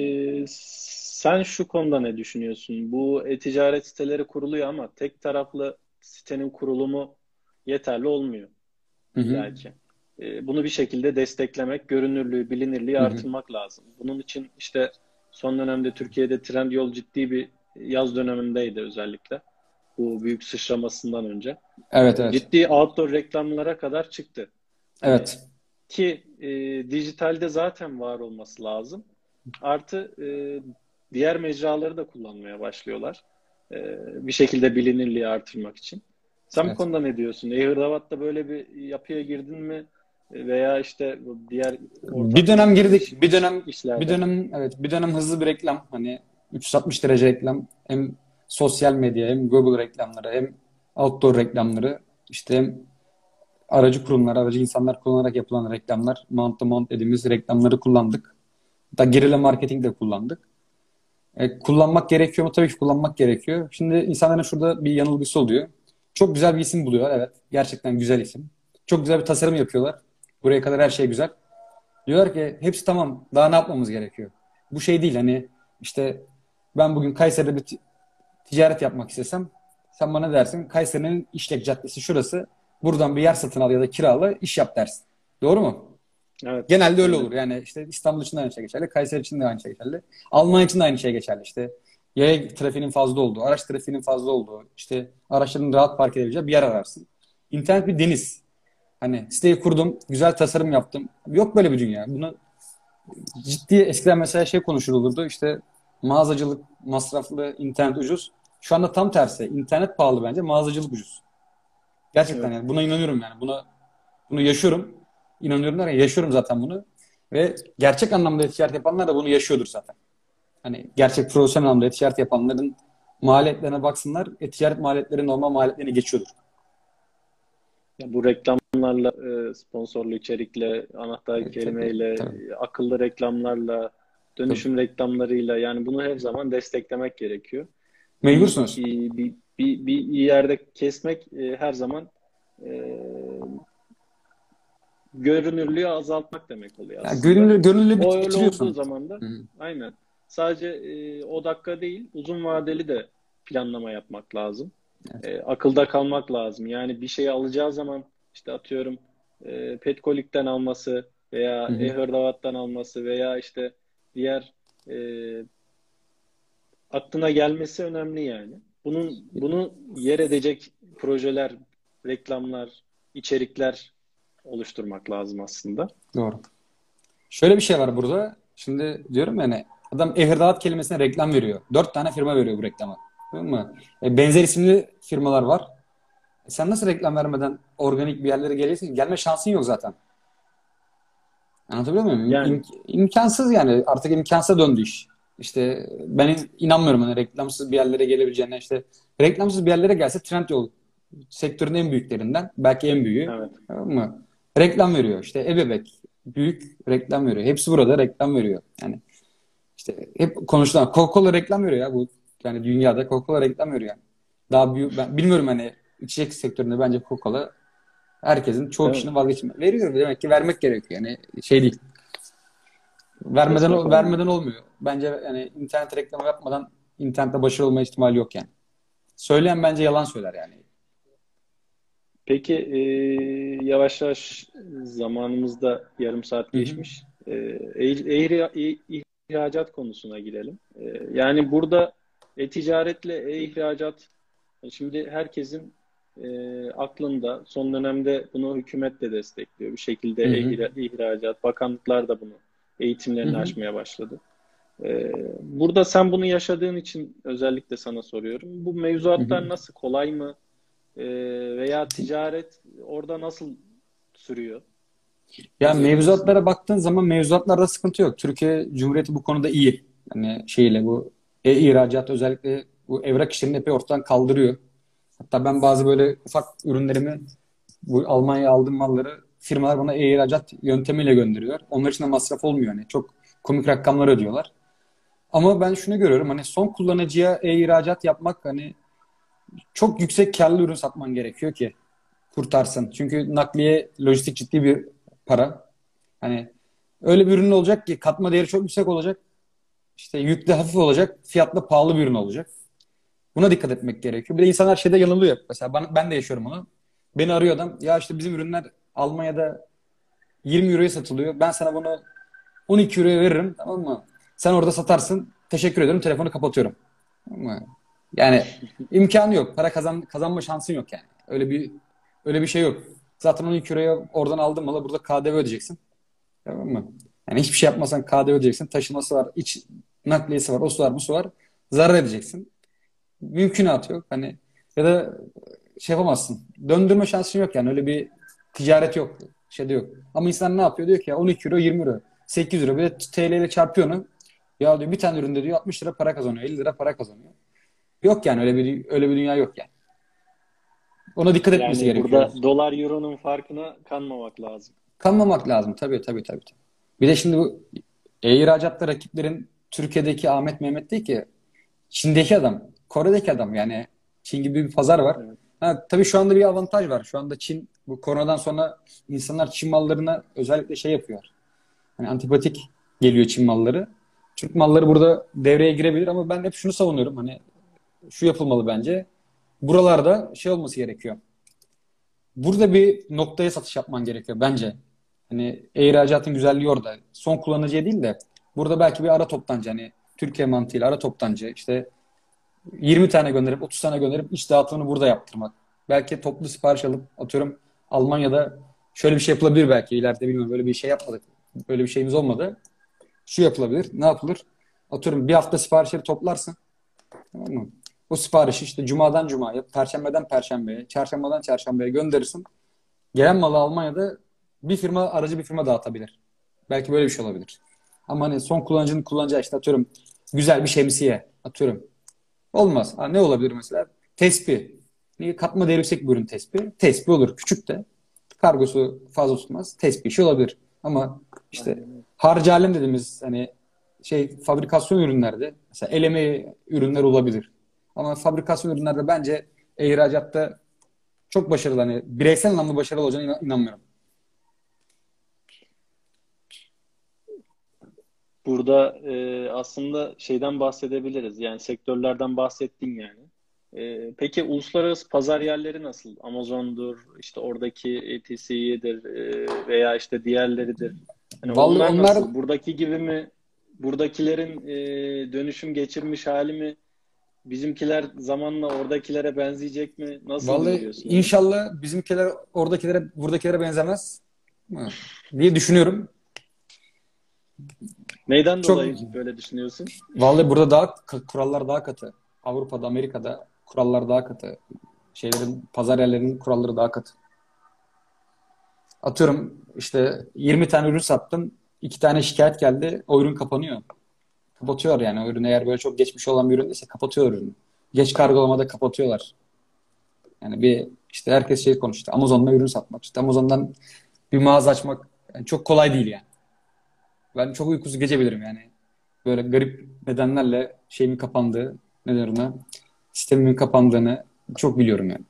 sen şu konuda ne düşünüyorsun? Bu e-ticaret siteleri kuruluyor ama tek taraflı sitenin kurulumu yeterli olmuyor Hı hı. illaki. Bunu bir şekilde desteklemek, görünürlüğü, bilinirliği Hı hı. artırmak lazım. Bunun için işte son dönemde Türkiye'de Trendyol ciddi bir yaz dönemindeydi özellikle. Bu büyük sıçramasından önce. Evet, evet. Ciddi outdoor reklamlara kadar çıktı. Hani Evet. ki dijitalde zaten var olması lazım. Artı diğer mecraları da kullanmaya başlıyorlar. Bir şekilde bilinirliği artırmak için. Sen bu Evet. konuda ne diyorsun? E-Hırdavat'ta böyle bir yapıya girdin mi? Veya işte bu diğer Bir ortak dönem yaptığın girdik. Bir işlerde. dönem evet bir dönem hızlı bir reklam hani 360 derece reklam hem sosyal medya hem Google reklamları hem outdoor reklamları işte hem aracı kurumlar, aracı insanlar kullanarak yapılan reklamlar, mount to mount dediğimiz reklamları kullandık. Da gerilla marketing de kullandık. Kullanmak gerekiyor mu? Tabii ki kullanmak gerekiyor. Şimdi insanların şurada bir yanılgısı oluyor. Çok güzel bir isim buluyorlar. Evet. Gerçekten güzel isim. Çok güzel bir tasarım yapıyorlar. Buraya kadar her şey güzel. Diyorlar ki hepsi tamam. Daha ne yapmamız gerekiyor? Bu şey değil hani işte ben bugün Kayseri'de bir ticaret yapmak istesem sen bana dersin Kayseri'nin İşlek Caddesi şurası. Buradan bir yer satın al ya da kirala iş yap dersin. Doğru mu? Evet, Genelde öyle aynen. olur. Yani işte İstanbul için de aynı şey geçerli. Kayseri için de aynı şey geçerli. Almanya için de aynı şey geçerli. İşte yaya trafiğinin fazla olduğu, araç trafiğinin fazla olduğu, işte araçların rahat park edebileceği bir yer ararsın. İnternet bir deniz. Hani siteyi kurdum, güzel tasarım yaptım. Yok böyle bir dünya. Bunu ciddi eskiden mesela şey konuşulurdu. İşte mağazacılık masraflı, internet ucuz. Şu anda tam tersi. İnternet pahalı bence, mağazacılık ucuz. Gerçekten Evet. yani buna inanıyorum yani. Bunu yaşıyorum. İnanıyorum da yaşıyorum zaten bunu. Ve gerçek anlamda ticaret yapanlar da bunu yaşıyordur zaten. Hani gerçek profesyonel anlamda ticaret yapanların maliyetlerine baksınlar. Ticaret maliyetleri normal maliyetlerini geçiyordur. Ya bu reklamlarla, sponsorlu içerikle, anahtar Tabii, kelimeyle, tabii. akıllı reklamlarla, Tabii. dönüşüm reklamlarıyla yani bunu her zaman desteklemek gerekiyor. Bir Mecbursunuz. bir yerde kesmek her zaman e, görünürlüğü azaltmak demek oluyor Yani aslında. gönüllü O öyle olduğu bitiriyorsun. zaman da Hı hı. aynen sadece o dakika değil uzun vadeli de planlama yapmak lazım. Akılda kalmak lazım. Yani bir şeyi alacağı zaman işte atıyorum Petkolik'ten alması veya Hı hı. e-Hırdavat'tan alması veya işte diğer e, aklına gelmesi önemli yani. Bunu yer edecek projeler, reklamlar, içerikler oluşturmak lazım aslında. Doğru. Şöyle bir şey var burada. Şimdi diyorum yani Adam ehirdavat kelimesine reklam veriyor. 4 tane firma veriyor bu reklama. Tamam mı? Benzer isimli firmalar var. Sen nasıl reklam vermeden organik bir yerlere gelirsin? Gelme şansın yok zaten. Anlatabiliyor muyum? Yani İmkansız yani. Artık imkansa döndü iş. İşte ben inanmıyorum hani reklamsız bir yerlere gelebileceğine. İşte reklamsız bir yerlere gelse Trendyol sektörün en büyüklerinden. Belki en büyüğü. evet. Tamam mı? Reklam veriyor. İşte Ebebek büyük reklam veriyor. Hepsi burada reklam veriyor. Yani işte hep konuşulan Coca-Cola reklam veriyor ya bu. Yani dünyada Coca-Cola reklam veriyor. Yani. Daha büyük ben bilmiyorum hani içecek sektöründe bence Coca-Cola herkesin çoğu Değil mi? kişinin vazgeçme. Veriyor demek ki vermek gerekiyor. Yani şey değil. Kesmek olmuyor. Vermeden olmuyor. Bence yani internet reklamı yapmadan internette başarılı olma ihtimali yok yani. Söyleyen bence yalan söyler yani. Peki yavaş yavaş zamanımızda yarım saat Hı hı. geçmiş. İhracat konusuna girelim. Yani burada e-ticaretle e-ihracat şimdi herkesin aklında son dönemde bunu hükümet de destekliyor. Bir şekilde Hı hı. ihracat, bakanlıklar da bunu Hı eğitimlerini hı. açmaya başladı. Burada sen bunu yaşadığın için özellikle sana soruyorum. Bu Hı hı. mevzuatlar nasıl? Kolay mı? Veya ticaret orada nasıl sürüyor? Ya Ne diyebilirsin? mevzuatlara baktığın zaman mevzuatlarda sıkıntı yok. Türkiye Cumhuriyeti bu konuda iyi. Hani şeyle bu ihracat özellikle bu evrak işlerini epey ortadan kaldırıyor. Hatta ben bazı böyle ufak ürünlerimi bu Almanya'ya aldığım malları firmalar bana ihracat yöntemiyle gönderiyor. Onlar için de masraf olmuyor. Yani çok komik rakamlar ödüyorlar. Ama ben şunu görüyorum hani son kullanıcıya ihracat yapmak hani çok yüksek karlı ürün satman gerekiyor ki kurtarsın. Çünkü nakliye, lojistik ciddi bir para. Hani öyle bir ürün olacak ki katma değeri çok yüksek olacak. İşte yükle hafif olacak, fiyatla pahalı bir ürün olacak. Buna dikkat etmek gerekiyor. Bir de insanlar şeyde yanılıyor. Mesela ben de yaşıyorum onu. Beni arıyor adam. Ya işte bizim ürünler Almanya'da 20 euroya satılıyor. Ben sana bunu 12 euroya veririm. Tamam mı? Sen orada satarsın. Teşekkür ederim. Telefonu kapatıyorum. Tamam mı? Yani imkanı yok. Kazanma şansın yok yani. Öyle bir şey yok. Zaten 12 euroya oradan aldın malı burada KDV ödeyeceksin. Tamam mı? Yani hiçbir şey yapmasan KDV ödeyeceksin. Taşıması var, iç nakliyesi var, o su var, bu su var. Zarar edeceksin. Mümkünatı yok. Hani ya da şey yapamazsın. Döndürme şansın yok yani. Öyle bir ticaret yok. Şeyde yok. Ama insan ne yapıyor? Diyor ki ya 12 euro 20 euro. 8 euro. Bir de TL ile çarpıyor onu. Ya diyor bir tane üründe diyor 60 lira para kazanıyor. 50 lira para kazanıyor. Yok yani öyle bir dünya yok yani. Ona dikkat etmesi Yani gerekiyor. burada dolar euronun farkına kanmamak lazım. Kanmamak lazım. Tabii. Bir de şimdi bu ihracatta rakiplerin Türkiye'deki Ahmet Mehmet değil ki. Çin'deki adam. Kore'deki adam. Yani Çin gibi bir pazar var. Evet. Ha, tabii şu anda bir avantaj var. Şu anda Çin bu koronadan sonra insanlar Çin mallarına özellikle şey yapıyor. Hani antipatik geliyor Çin malları. Türk malları burada devreye girebilir ama ben hep şunu savunuyorum. Hani şu yapılmalı bence. Buralarda şey olması gerekiyor. Burada bir noktaya satış yapman gerekiyor bence. Hani ihracatın güzelliği orada. Son kullanıcıya değil de burada belki bir ara toptancı hani Türkiye mantığıyla ara toptancı işte 20 tane gönderip 30 tane gönderip iç dağıtımını burada yaptırmak. Belki toplu sipariş alıp atıyorum Almanya'da şöyle bir şey yapılabilir belki ileride bilmiyorum böyle bir şey yapmadık. Böyle bir şeyimiz olmadı. Şu yapılabilir. Ne yapılır? Atıyorum bir hafta siparişleri toplarsın. Tamam mı? O siparişi işte cumadan cumaya, perşembeden perşembeye, çarşambadan çarşambaya gönderirsin. Gelen malı Almanya'da bir firma aracı bir firma dağıtabilir. Belki böyle bir şey olabilir. Ama hani son kullanıcının kullanacağı işte atıyorum güzel bir şemsiye atıyorum. Olmaz. Ha, ne olabilir mesela? Tespih. Niye? Katma değeri yüksek bir ürün tespih. Tespih olur. Küçük de. Kargosu fazla tutmaz. Tespih işi olabilir. Ama işte Aynen öyle. harcı alem dediğimiz hani şey fabrikasyon ürünlerde mesela el emeği ürünler olabilir. Ama fabrikasyon ürünlerde bence ihracatta çok başarılı hani bireysel anlamda başarılı olacağına inanmıyorum. Burada aslında şeyden bahsedebiliriz. Yani sektörlerden bahsettin yani. Peki uluslararası pazar yerleri nasıl? Amazon'dur, işte oradaki ETC'dir veya işte diğerleridir. Hani Vallahi onlar onlar nasıl? Buradaki gibi mi? Buradakilerin dönüşüm geçirmiş hali mi? Bizimkiler zamanla oradakilere benzeyecek mi? Nasıl vallahi görüyorsun onu? inşallah bizimkiler oradakilere buradakilere benzemez. Ha, diye düşünüyorum. Neyden Çok dolayı böyle düşünüyorsun? vallahi burada daha kurallar daha katı. Avrupa'da, Amerika'da kurallar daha katı. Şeylerin, pazar yerlerinin kuralları daha katı. Atıyorum işte 20 tane ürün sattın, 2 tane şikayet geldi, o ürün kapanıyor. Kapatıyor yani o ürün, eğer böyle çok geçmiş olan bir üründeyse kapatıyor ürünü. Geç kargolamada kapatıyorlar. Yani bir işte herkes şey konuştu. Amazon'da ürün satmak. İşte Amazon'dan bir mağaza açmak yani çok kolay değil yani. Ben çok uykusuz gece bilirim yani. Böyle garip nedenlerle şeyimin kapandığı, ne der ona, sistemimin kapandığını çok biliyorum yani.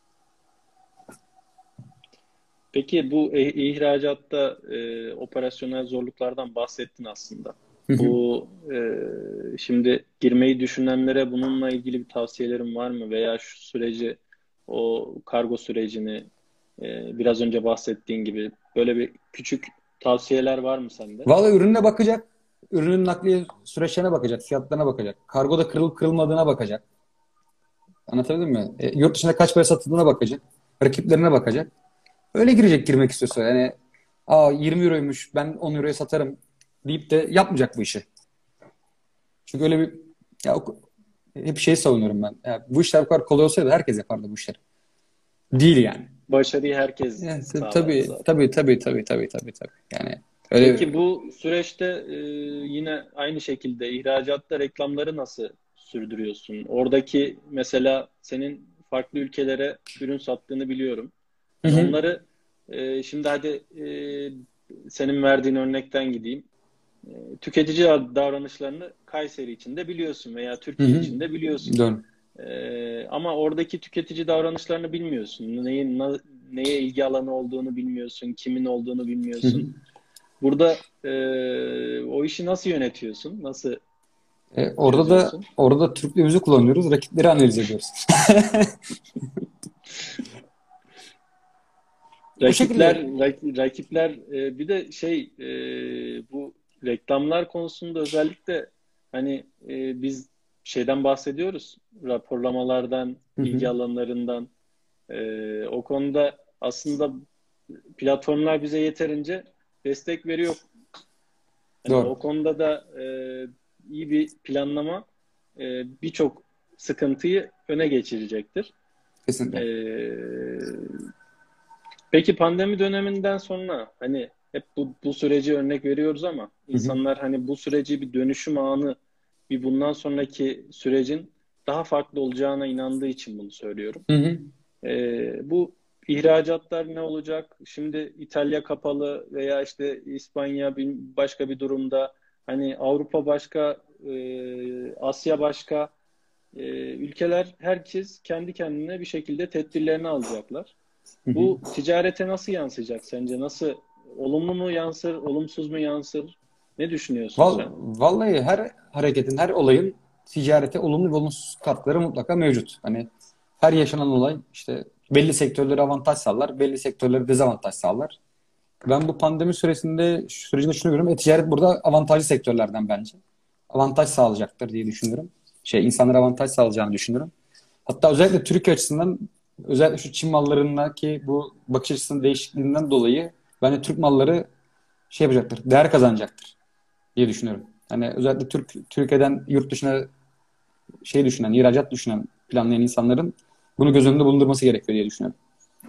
Peki bu ihracatta operasyonel zorluklardan bahsettin aslında. Hı hı. Bu şimdi girmeyi düşünenlere bununla ilgili bir tavsiyelerin var mı? Veya şu süreci, o kargo sürecini biraz önce bahsettiğin gibi böyle bir küçük tavsiyeler var mı sende? Vallahi ürününe bakacak. Ürünün nakliye süreçlerine bakacak. Fiyatlarına bakacak. Kargoda kırılıp kırılmadığına bakacak. Anlatabildim mi? Yurt dışında kaç para satıldığına bakacak. Rakiplerine bakacak. Öyle girecek girmek istiyorsa. Yani 20 euroymuş ben 10 euroya satarım deyip de yapmayacak bu işi. Çünkü öyle bir ya, hep şey savunuyorum ben. Ya, bu işler bu kadar kolay olsaydı herkes yapardı bu işleri. Değil yani. Başarıyı herkes Yani, sağlardı tabii, zaten. tabii, tabii, tabii, tabii, tabii, tabii. Yani öyle Peki bu süreçte yine aynı şekilde ihracatta reklamları nasıl sürdürüyorsun? Oradaki mesela senin farklı ülkelere ürün sattığını biliyorum. hı Hani hı, onları şimdi hadi senin verdiğin örnekten gideyim. Tüketici davranışlarını Kayseri içinde biliyorsun veya hı Türkiye hı. içinde biliyorsun. Doğru. Ama oradaki tüketici davranışlarını bilmiyorsun. Neye ilgi alanı olduğunu bilmiyorsun, kimin olduğunu Hı hı. bilmiyorsun. Burada o işi nasıl yönetiyorsun? Nasıl çözüyorsun? Orada da Türk döviz'i kullanıyoruz. Rakipleri analiz ediyoruz. O Rakipler, şekilde. rakipler bir de bu reklamlar konusunda özellikle hani biz şeyden bahsediyoruz, raporlamalardan, Hı hı. ilgi alanlarından. O konuda aslında platformlar bize yeterince destek veriyor. Hani Doğru. o konuda da iyi bir planlama birçok sıkıntıyı öne geçirecektir. E, Kesinlikle. peki pandemi döneminden sonra hani hep bu süreci örnek veriyoruz ama Hı hı. insanlar hani bu süreci bir dönüşüm anı, bir bundan sonraki sürecin daha farklı olacağına inandığı için bunu söylüyorum. Hı hı. Bu ihracatlar ne olacak? Şimdi İtalya kapalı veya işte İspanya başka bir durumda. Hani Avrupa başka, Asya başka. Ülkeler herkes kendi kendine bir şekilde tedbirlerini alacaklar. Hı hı. Bu ticarete nasıl yansıyacak sence? Nasıl, olumlu mu yansır, olumsuz mu yansır? Ne düşünüyorsun sen? Vallahi her hareketin, her olayın ticarete olumlu ve olumsuz katkıları mutlaka mevcut. Hani her yaşanan olay işte belli sektörlere avantaj sağlar, belli sektörlere dezavantaj sağlar. Ben bu pandemi sürecinde şunu görüyorum. Ticaret burada avantajlı sektörlerden bence. Avantaj sağlayacaktır diye düşünüyorum. İnsanlara avantaj sağlayacağını düşünüyorum. Hatta özellikle Türkiye açısından özellikle şu Çin mallarındaki bu bakış açısının değişikliğinden dolayı bence Türk malları yapacaktır, değer kazanacaktır diye düşünüyorum. Hani özellikle Türkiye'den yurt dışına düşünen, ihracat düşünen, planlayan insanların bunu göz önünde bulundurması gerekiyor diye düşünüyorum.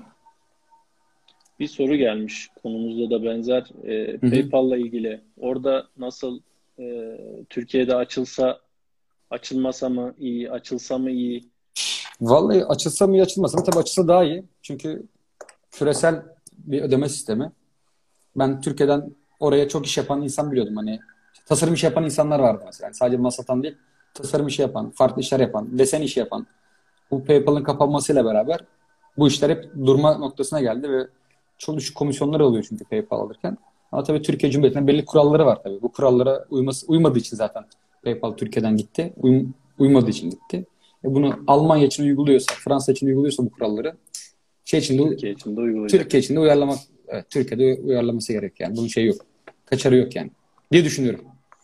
Bir soru gelmiş konumuzda da benzer. Hı hı. PayPal'la ilgili. Orada nasıl Türkiye'de açılmasa mı iyi, açılsa mı iyi? Vallahi açılsa mı iyi açılmasa mı? Tabii açılsa daha iyi. Çünkü küresel bir ödeme sistemi. Ben Türkiye'den oraya çok iş yapan insan biliyordum. Hani tasarım işi yapan insanlar vardı mesela. Yani sadece mal satan değil, tasarım işi yapan, farklı işler yapan, desen işi yapan. Bu PayPal'ın kapanmasıyla beraber bu işler hep durma noktasına geldi ve çok düşük komisyonlar alıyor çünkü PayPal alırken. Ama tabii Türkiye Cumhuriyeti'nin belli kuralları var tabii. Bu kurallara uymadığı için zaten PayPal Türkiye'den gitti. Uymadığı için gitti. Bunu Almanya için uyguluyorsa, Fransa için uyguluyorsa bu kuralları şey için de Türkiye için de uygulayacak. Türkiye için de uyarlamak, evet, Türkiye'de uyarlaması gerek yani. Bunun yok. Kaçarı yok yani diye düşünüyorum.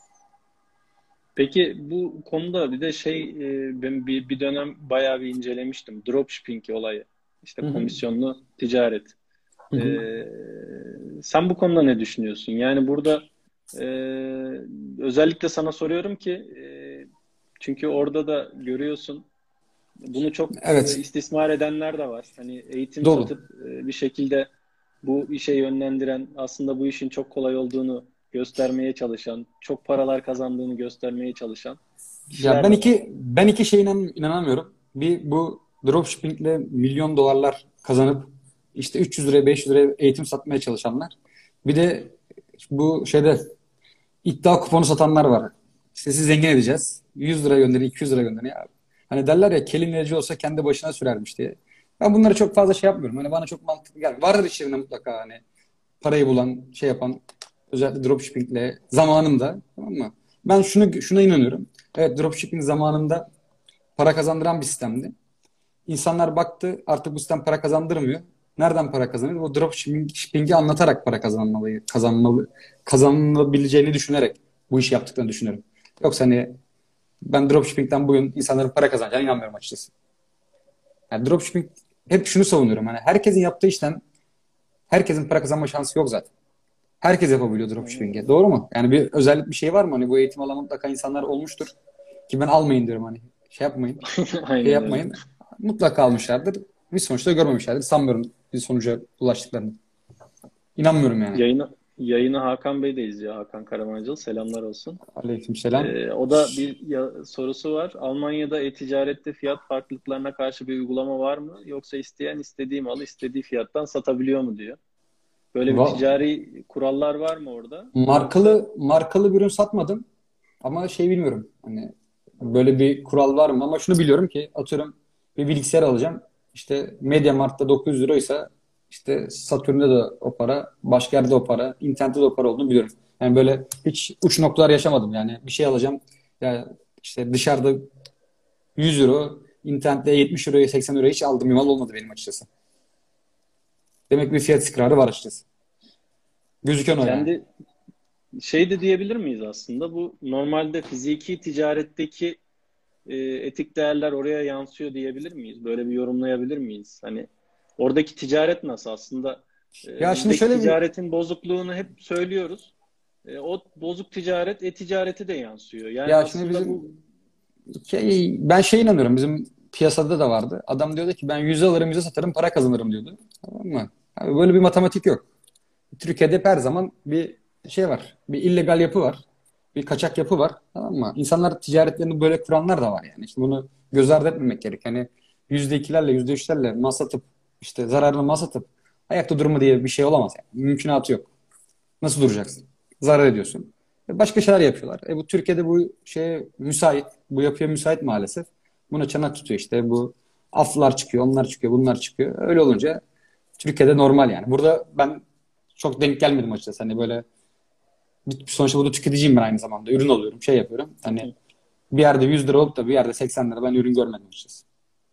Peki bu konuda bir de ben bir dönem bayağı bir incelemiştim. Dropshipping olayı. İşte Hı hı. komisyonlu ticaret. Hı hı. Sen bu konuda ne düşünüyorsun? Yani burada Özellikle sana soruyorum ki çünkü orada da görüyorsun bunu çok Evet, istismar edenler de var. Hani eğitim dolu. satıp bir şekilde bu işe yönlendiren, aslında bu işin çok kolay olduğunu göstermeye çalışan, çok paralar kazandığını göstermeye çalışan Ya kişiler de var. ben iki şeye inanamıyorum. Bir, bu dropshippingle milyon dolarlar kazanıp işte 300 liraya 500 liraya eğitim satmaya çalışanlar. Bir de bu şeyde iddia kuponu satanlar var. İşte sizi zengin edeceğiz. 100 lira gönderin, 200 lira gönderin. Ya, hani derler ya kelin ilacı olsa kendi başına sürermiş diye. Ben bunları çok fazla şey yapmıyorum. Hani bana çok mantıklı gelmiyor. Vardır içlerinde mutlaka hani parayı bulan, şey yapan, özellikle dropshippingle zamanında, tamam mı? Ben şuna inanıyorum. Evet, dropshipping zamanında para kazandıran bir sistemdi. İnsanlar baktı artık bu sistem para kazandırmıyor. Nereden para kazanıyor? O dropshipping'i anlatarak para kazanılabileceğini düşünerek bu işi yaptıklarını düşünüyorum. Yoksa hani ben dropshipping'den bugün insanların para kazanacağına inanmıyorum açıkçası. Yani dropshipping, hep şunu savunuyorum. Hani herkesin yaptığı işten herkesin para kazanma şansı yok zaten. Herkes yapabiliyor Aynen dropshipping'i. öyle. Doğru mu? Yani bir özellik bir şey var mı? Hani bu eğitim alan mutlaka insanlar olmuştur. Ki ben almayın diyorum hani. Şey yapmayın. Şey Aynen öyle. yapmayın. Mutlaka almışlardır. Bir sonuçta görmemişlerdir. Sanmıyorum bir sonuca ulaştıklarını. İnanmıyorum yani. Yayını Hakan Bey de izliyor. Hakan Karamancıl. Selamlar olsun. Aleykümselam. O da bir sorusu var. Almanya'da e-ticarette fiyat farklılıklarına karşı bir uygulama var mı? Yoksa isteyen istediği malı istediği fiyattan satabiliyor mu diyor. Böyle bir Va- ticari kurallar var mı orada? Yoksa markalı bir ürün satmadım ama şey bilmiyorum. Hani böyle bir kural var mı? Ama şunu biliyorum ki atıyorum bir bilgisayar alacağım. İşte MediaMarkt'ta 900 liraysa işte Satürn'de de o para, başka yerde o para, internette de o para olduğunu biliyorum. Yani böyle hiç uç noktalar yaşamadım yani. Bir şey alacağım. Ya işte dışarıda 100 euro, internette 70 euroya 80 euroya hiç aldığım bir mal olmadı benim açıkçası. Demek ki bir fiyat istikrarı var açıkçası. Gözüken o yani. kendi şey de diyebilir miyiz aslında? Bu normalde fiziki ticaretteki etik değerler oraya yansıyor diyebilir miyiz? Böyle bir yorumlayabilir miyiz? Hani oradaki ticaret nasıl aslında? Ya şimdi Bizdeki şöyle bir ticaretin bozukluğunu hep söylüyoruz. O bozuk ticaret e-ticarete de yansıyor. Yani ya şimdi aslında bu bizim ben şey inanıyorum. Bizim piyasada da vardı. Adam diyordu ki ben 100 alırım 100'e satarım para kazanırım diyordu. Tamam mı? Abi böyle bir matematik yok. Türkiye'de hep her zaman bir şey var. Bir illegal yapı var. Bir kaçak yapı var. Tamam mı? İnsanlar ticaretlerini böyle kuranlar da var yani. Şimdi bunu göz ardı etmemek gerek. Hani %2'lerle %3'lerle mal satıp işte zararlı mal satıp ayakta durma diye bir şey olamaz yani. Mümkünatı yok. Nasıl duracaksın? Zarar ediyorsun. Başka şeyler yapıyorlar. Bu Türkiye'de bu şeye müsait. Bu yapıya müsait maalesef. Buna çanak tutuyor işte. Bu aflar çıkıyor, onlar çıkıyor, bunlar çıkıyor. Öyle olunca Türkiye'de normal yani. Burada ben çok denk gelmedim açıkçası. Hani böyle sonuçta burada tüketiciyim ben aynı zamanda. Ürün alıyorum, şey yapıyorum. Hani bir yerde 100 lira olup da bir yerde 80 lira ben ürün görmedim açıkçası.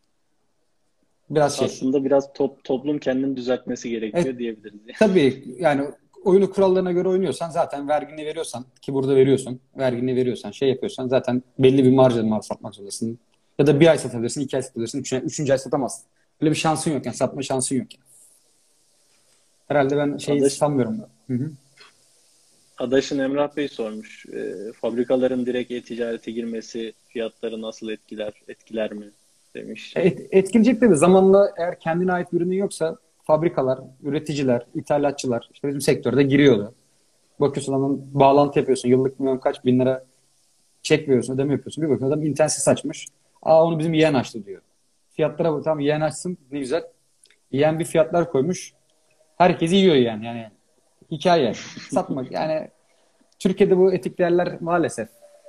Biraz şey. aslında biraz toplum kendini düzeltmesi gerekiyor Evet, diyebiliriz. tabii yani oyunu kurallarına göre oynuyorsan zaten vergini veriyorsan ki burada veriyorsun. Vergini veriyorsan şey yapıyorsan zaten belli bir marjla mal satmak zorundasın. Ya da bir ay satabilirsin, 2 ay satabilirsin, üçüncü ay satamazsın. Böyle bir şansın yok yani satma şansın yok yani. Herhalde ben şeyi Adaş, sanmıyorum. Hı hı. Adaşın Emrah Bey sormuş. Fabrikaların direkt e-ticarete girmesi fiyatları nasıl etkiler mi demiş. Etkileyecek de zamanla eğer kendine ait bir ürünün yoksa fabrikalar, üreticiler, ithalatçılar işte bizim sektörde giriyordu. Bakıyorsun adamın bağlantı yapıyorsun. Yıllık bilmem kaç bin lira çek veriyorsun, ödeme yapıyorsun. Bir bakıyorsun adam internetsiz açmış. Aa onu bizim yeğen açtı diyor. Fiyatlara bak tamam yeğen açsın ne güzel. Yeğen bir fiyatlar koymuş. Herkesi yiyor yani. Yani hikaye. Satmak yani Türkiye'de bu etik değerler maalesef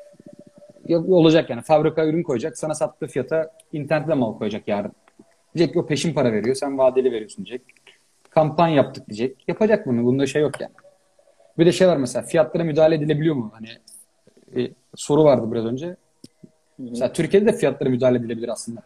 olacak yani. Fabrika ürün koyacak. Sana sattığı fiyata internette mal koyacak yarın. Diyecek ki o peşin para veriyor. Sen vadeli veriyorsun diyecek. Kampanya yaptık diyecek. Yapacak bunu. Bunda şey yok yani. Bir de şey var mesela fiyatlara müdahale edilebiliyor mu? Hani soru vardı biraz önce. Hı hı. Mesela Türkiye'de de fiyatlara müdahale edilebilir aslında.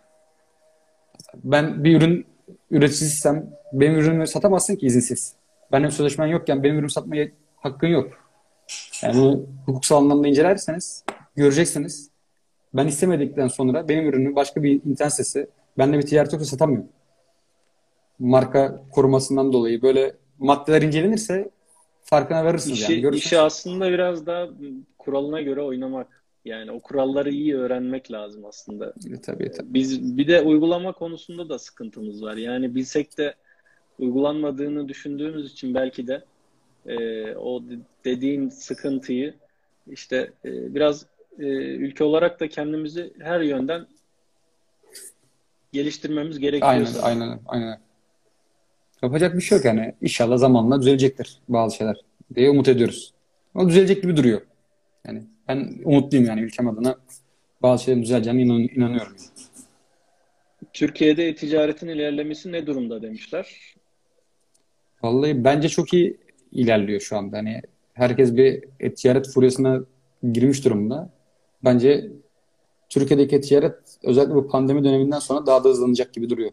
Ben bir ürün üreticisiysem benim ürünümü satamazsın ki izinsiz. Benim sözleşmen yokken benim ürün satmaya hakkın yok. Yani bunu hukuksal anlamda incelerseniz göreceksiniz. Ben istemedikten sonra benim ürünümü başka bir internet sitesi benimle bir ticaret yoksa satamıyor. Marka korumasından dolayı böyle maddeler incelenirse farkına varırsınız yani. İşi Görürsünüz. aslında biraz daha kuralına göre oynamak. Yani o kuralları iyi öğrenmek lazım aslında. Tabii tabii. Biz bir de uygulama konusunda da sıkıntımız var. Yani bilsek de uygulanmadığını düşündüğümüz için belki de o dediğin sıkıntıyı işte biraz ülke olarak da kendimizi her yönden geliştirmemiz gerekiyor Aynen sanırım. aynen aynen. Yapacak bir şey yok yani. İnşallah zamanla düzelecektir bazı şeyler diye umut ediyoruz. Ama düzelecek gibi duruyor. Yani ben umutluyum yani ülkem adına bazı şeylerin düzeleceğine inanıyorum. Türkiye'de ticaretin ilerlemesi ne durumda demişler. Vallahi bence çok iyi ilerliyor şu anda. Hani herkes bir ticaret furyasına girmiş durumda. Bence Türkiye'deki ticaret özellikle bu pandemi döneminden sonra daha da hızlanacak gibi duruyor.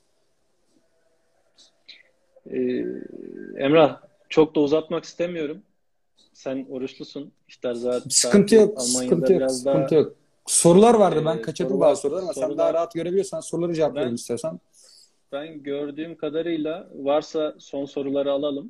Ee, Emrah, çok da uzatmak istemiyorum. Sen oruçlusun. İftar Sıkıntı saati yok, sıkıntı Almanya'da yok, biraz sıkıntı daha yok. Sorular vardı. Ben kaçırdım bazı sorular ama sen daha sorular rahat görebiliyorsan soruları cevaplayalım ben istiyorsan. ben gördüğüm kadarıyla varsa son soruları alalım.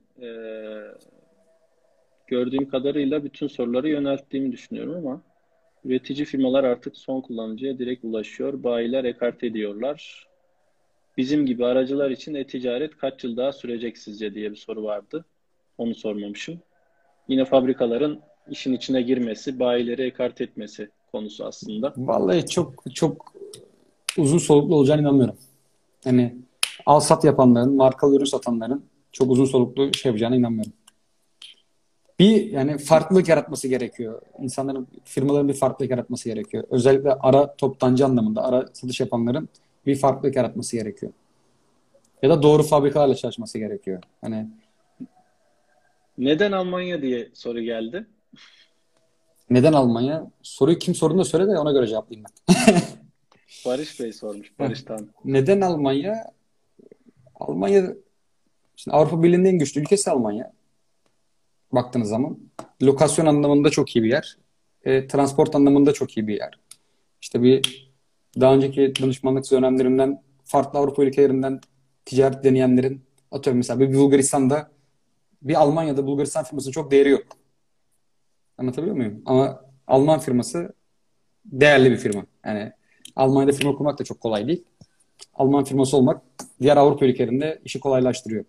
Gördüğüm kadarıyla bütün soruları yönelttiğimi düşünüyorum ama üretici firmalar artık son kullanıcıya direkt ulaşıyor. Bayiler ekarte ediyorlar. Bizim gibi aracılar için e-ticaret kaç yıl daha sürecek sizce diye bir soru vardı. Onu sormamışım. Yine fabrikaların işin içine girmesi, bayileri ekarte etmesi konusu aslında. Vallahi çok çok uzun soluklu olacağını inanmıyorum. Hani al sat yapanların, markalı ürün satanların çok uzun soluklu şey yapacağına inanmıyorum. Bir yani farklılık yaratması gerekiyor. İnsanların, firmaların bir farklılık yaratması gerekiyor. Özellikle ara toptancı anlamında ara satış yapanların bir farklılık yaratması gerekiyor. Ya da doğru fabrikalarla çalışması gerekiyor. Hani Neden Almanya diye soru geldi. neden Almanya? Soruyu kim sorduğunu da söyle de ona göre cevaplayayım ben. Barış Bey sormuş, Heh. Barış Tan. Neden Almanya? Almanya şimdi Avrupa Birliği'nin en güçlü ülkesi Almanya. Baktığınız zaman. Lokasyon anlamında çok iyi bir yer. Transport anlamında çok iyi bir yer. İşte bir daha önceki danışmanlık dönemlerimden farklı Avrupa ülkelerinden ticaret deneyenlerin atıyorum mesela bir Bulgaristan'da bir Almanya'da Bulgaristan firmasının çok değeri yok. Anlatabiliyor muyum? Ama Alman firması değerli bir firma. Yani Almanya'da firma kurmak da çok kolay değil. Alman firması olmak diğer Avrupa ülkelerinde işi kolaylaştırıyor.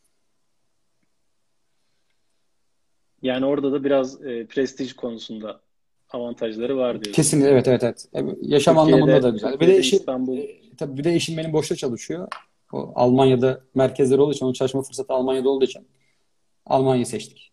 Yani orada da biraz prestij konusunda avantajları var diyorsun. Kesinlikle evet evet evet. Yaşam anlamında da Türkiye'de güzel. Bir de Türkiye'de eşim İstanbul tabii bir de eşim benim boşta çalışıyor. O Almanya'da merkezleri olduğu için, onun çalışma fırsatı Almanya'da olduğu için Almanya'yı seçtik.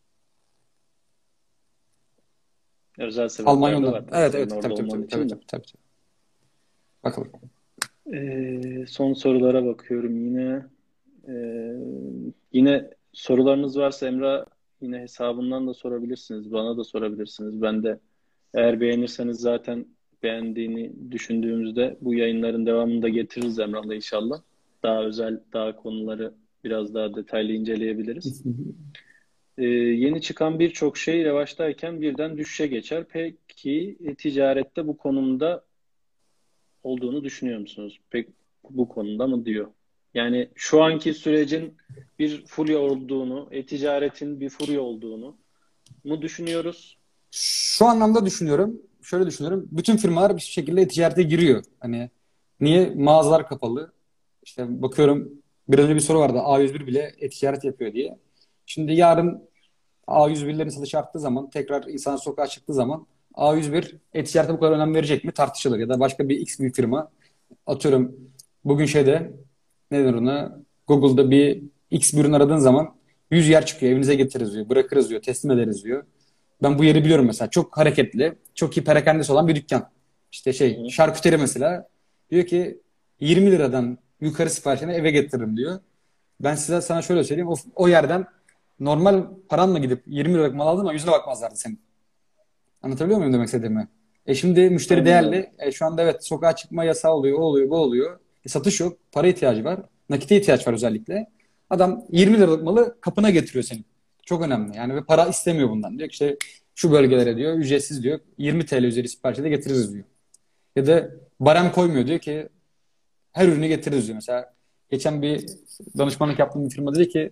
özel Almanya sebepler de var ondan. tabii Evet senin evet orada tabii tabii olman tabii tabii için de. tabii. Tabii. Bakalım. Son sorulara bakıyorum yine. Ee, Yine sorularınız varsa Emrah yine hesabından da sorabilirsiniz. Bana da sorabilirsiniz. Ben de eğer beğenirseniz zaten beğendiğini düşündüğümüzde bu yayınların devamını da getiririz Emrah'la inşallah. Daha özel, daha konuları biraz daha detaylı inceleyebiliriz. Yeni çıkan birçok şey revaçtayken birden düşüşe geçer. Peki ticarette bu konumda olduğunu düşünüyor musunuz? Pek bu konuda mı diyor. Yani şu anki sürecin bir furya olduğunu, e-ticaretin bir furya olduğunu mu düşünüyoruz? Şu anlamda düşünüyorum. Şöyle düşünüyorum. Bütün firmalar bir şekilde ticarete giriyor. Hani niye mağazalar kapalı? İşte bakıyorum biraz önce bir soru vardı. A101 bile e-ticaret yapıyor diye. Şimdi yarın A101'lerin satışı arttığı zaman tekrar insan sokağa çıktığı zaman A101 e-ticarete bu kadar önem verecek mi tartışılır. Ya da başka bir X bir firma atıyorum bugün şeyde ne denir ona Google'da bir X bir ürün aradığın zaman 100 yer çıkıyor. Evinize getiririz diyor. Bırakırız diyor. Teslim ederiz diyor. Ben bu yeri biliyorum mesela. Çok hareketli, çok iyi perakendesi olan bir dükkan. İşte Hı şey, hı. şarküteri mesela diyor ki 20 liradan yukarı siparişini eve getiririm diyor. Ben size sana şöyle söyleyeyim. O yerden normal paranla gidip 20 liralık mal aldın ama yüzüne bakmazlardı senin. Anlatabiliyor muyum demek istediğimi? Şimdi müşteri Anlıyorum. değerli. Şu anda evet sokağa çıkma yasağı oluyor, o oluyor, bu oluyor. Satış yok. Para ihtiyacı var. Nakite ihtiyaç var özellikle. Adam 20 liralık malı kapına getiriyor senin. Çok önemli. Yani ve para istemiyor bundan. Diyor ki işte şu bölgelere diyor ücretsiz diyor. 20 TL üzeri siparişe de getiririz diyor. Ya da barem koymuyor diyor ki her ürünü getiririz diyor. Mesela geçen bir danışmanlık yaptığım bir firma dedi ki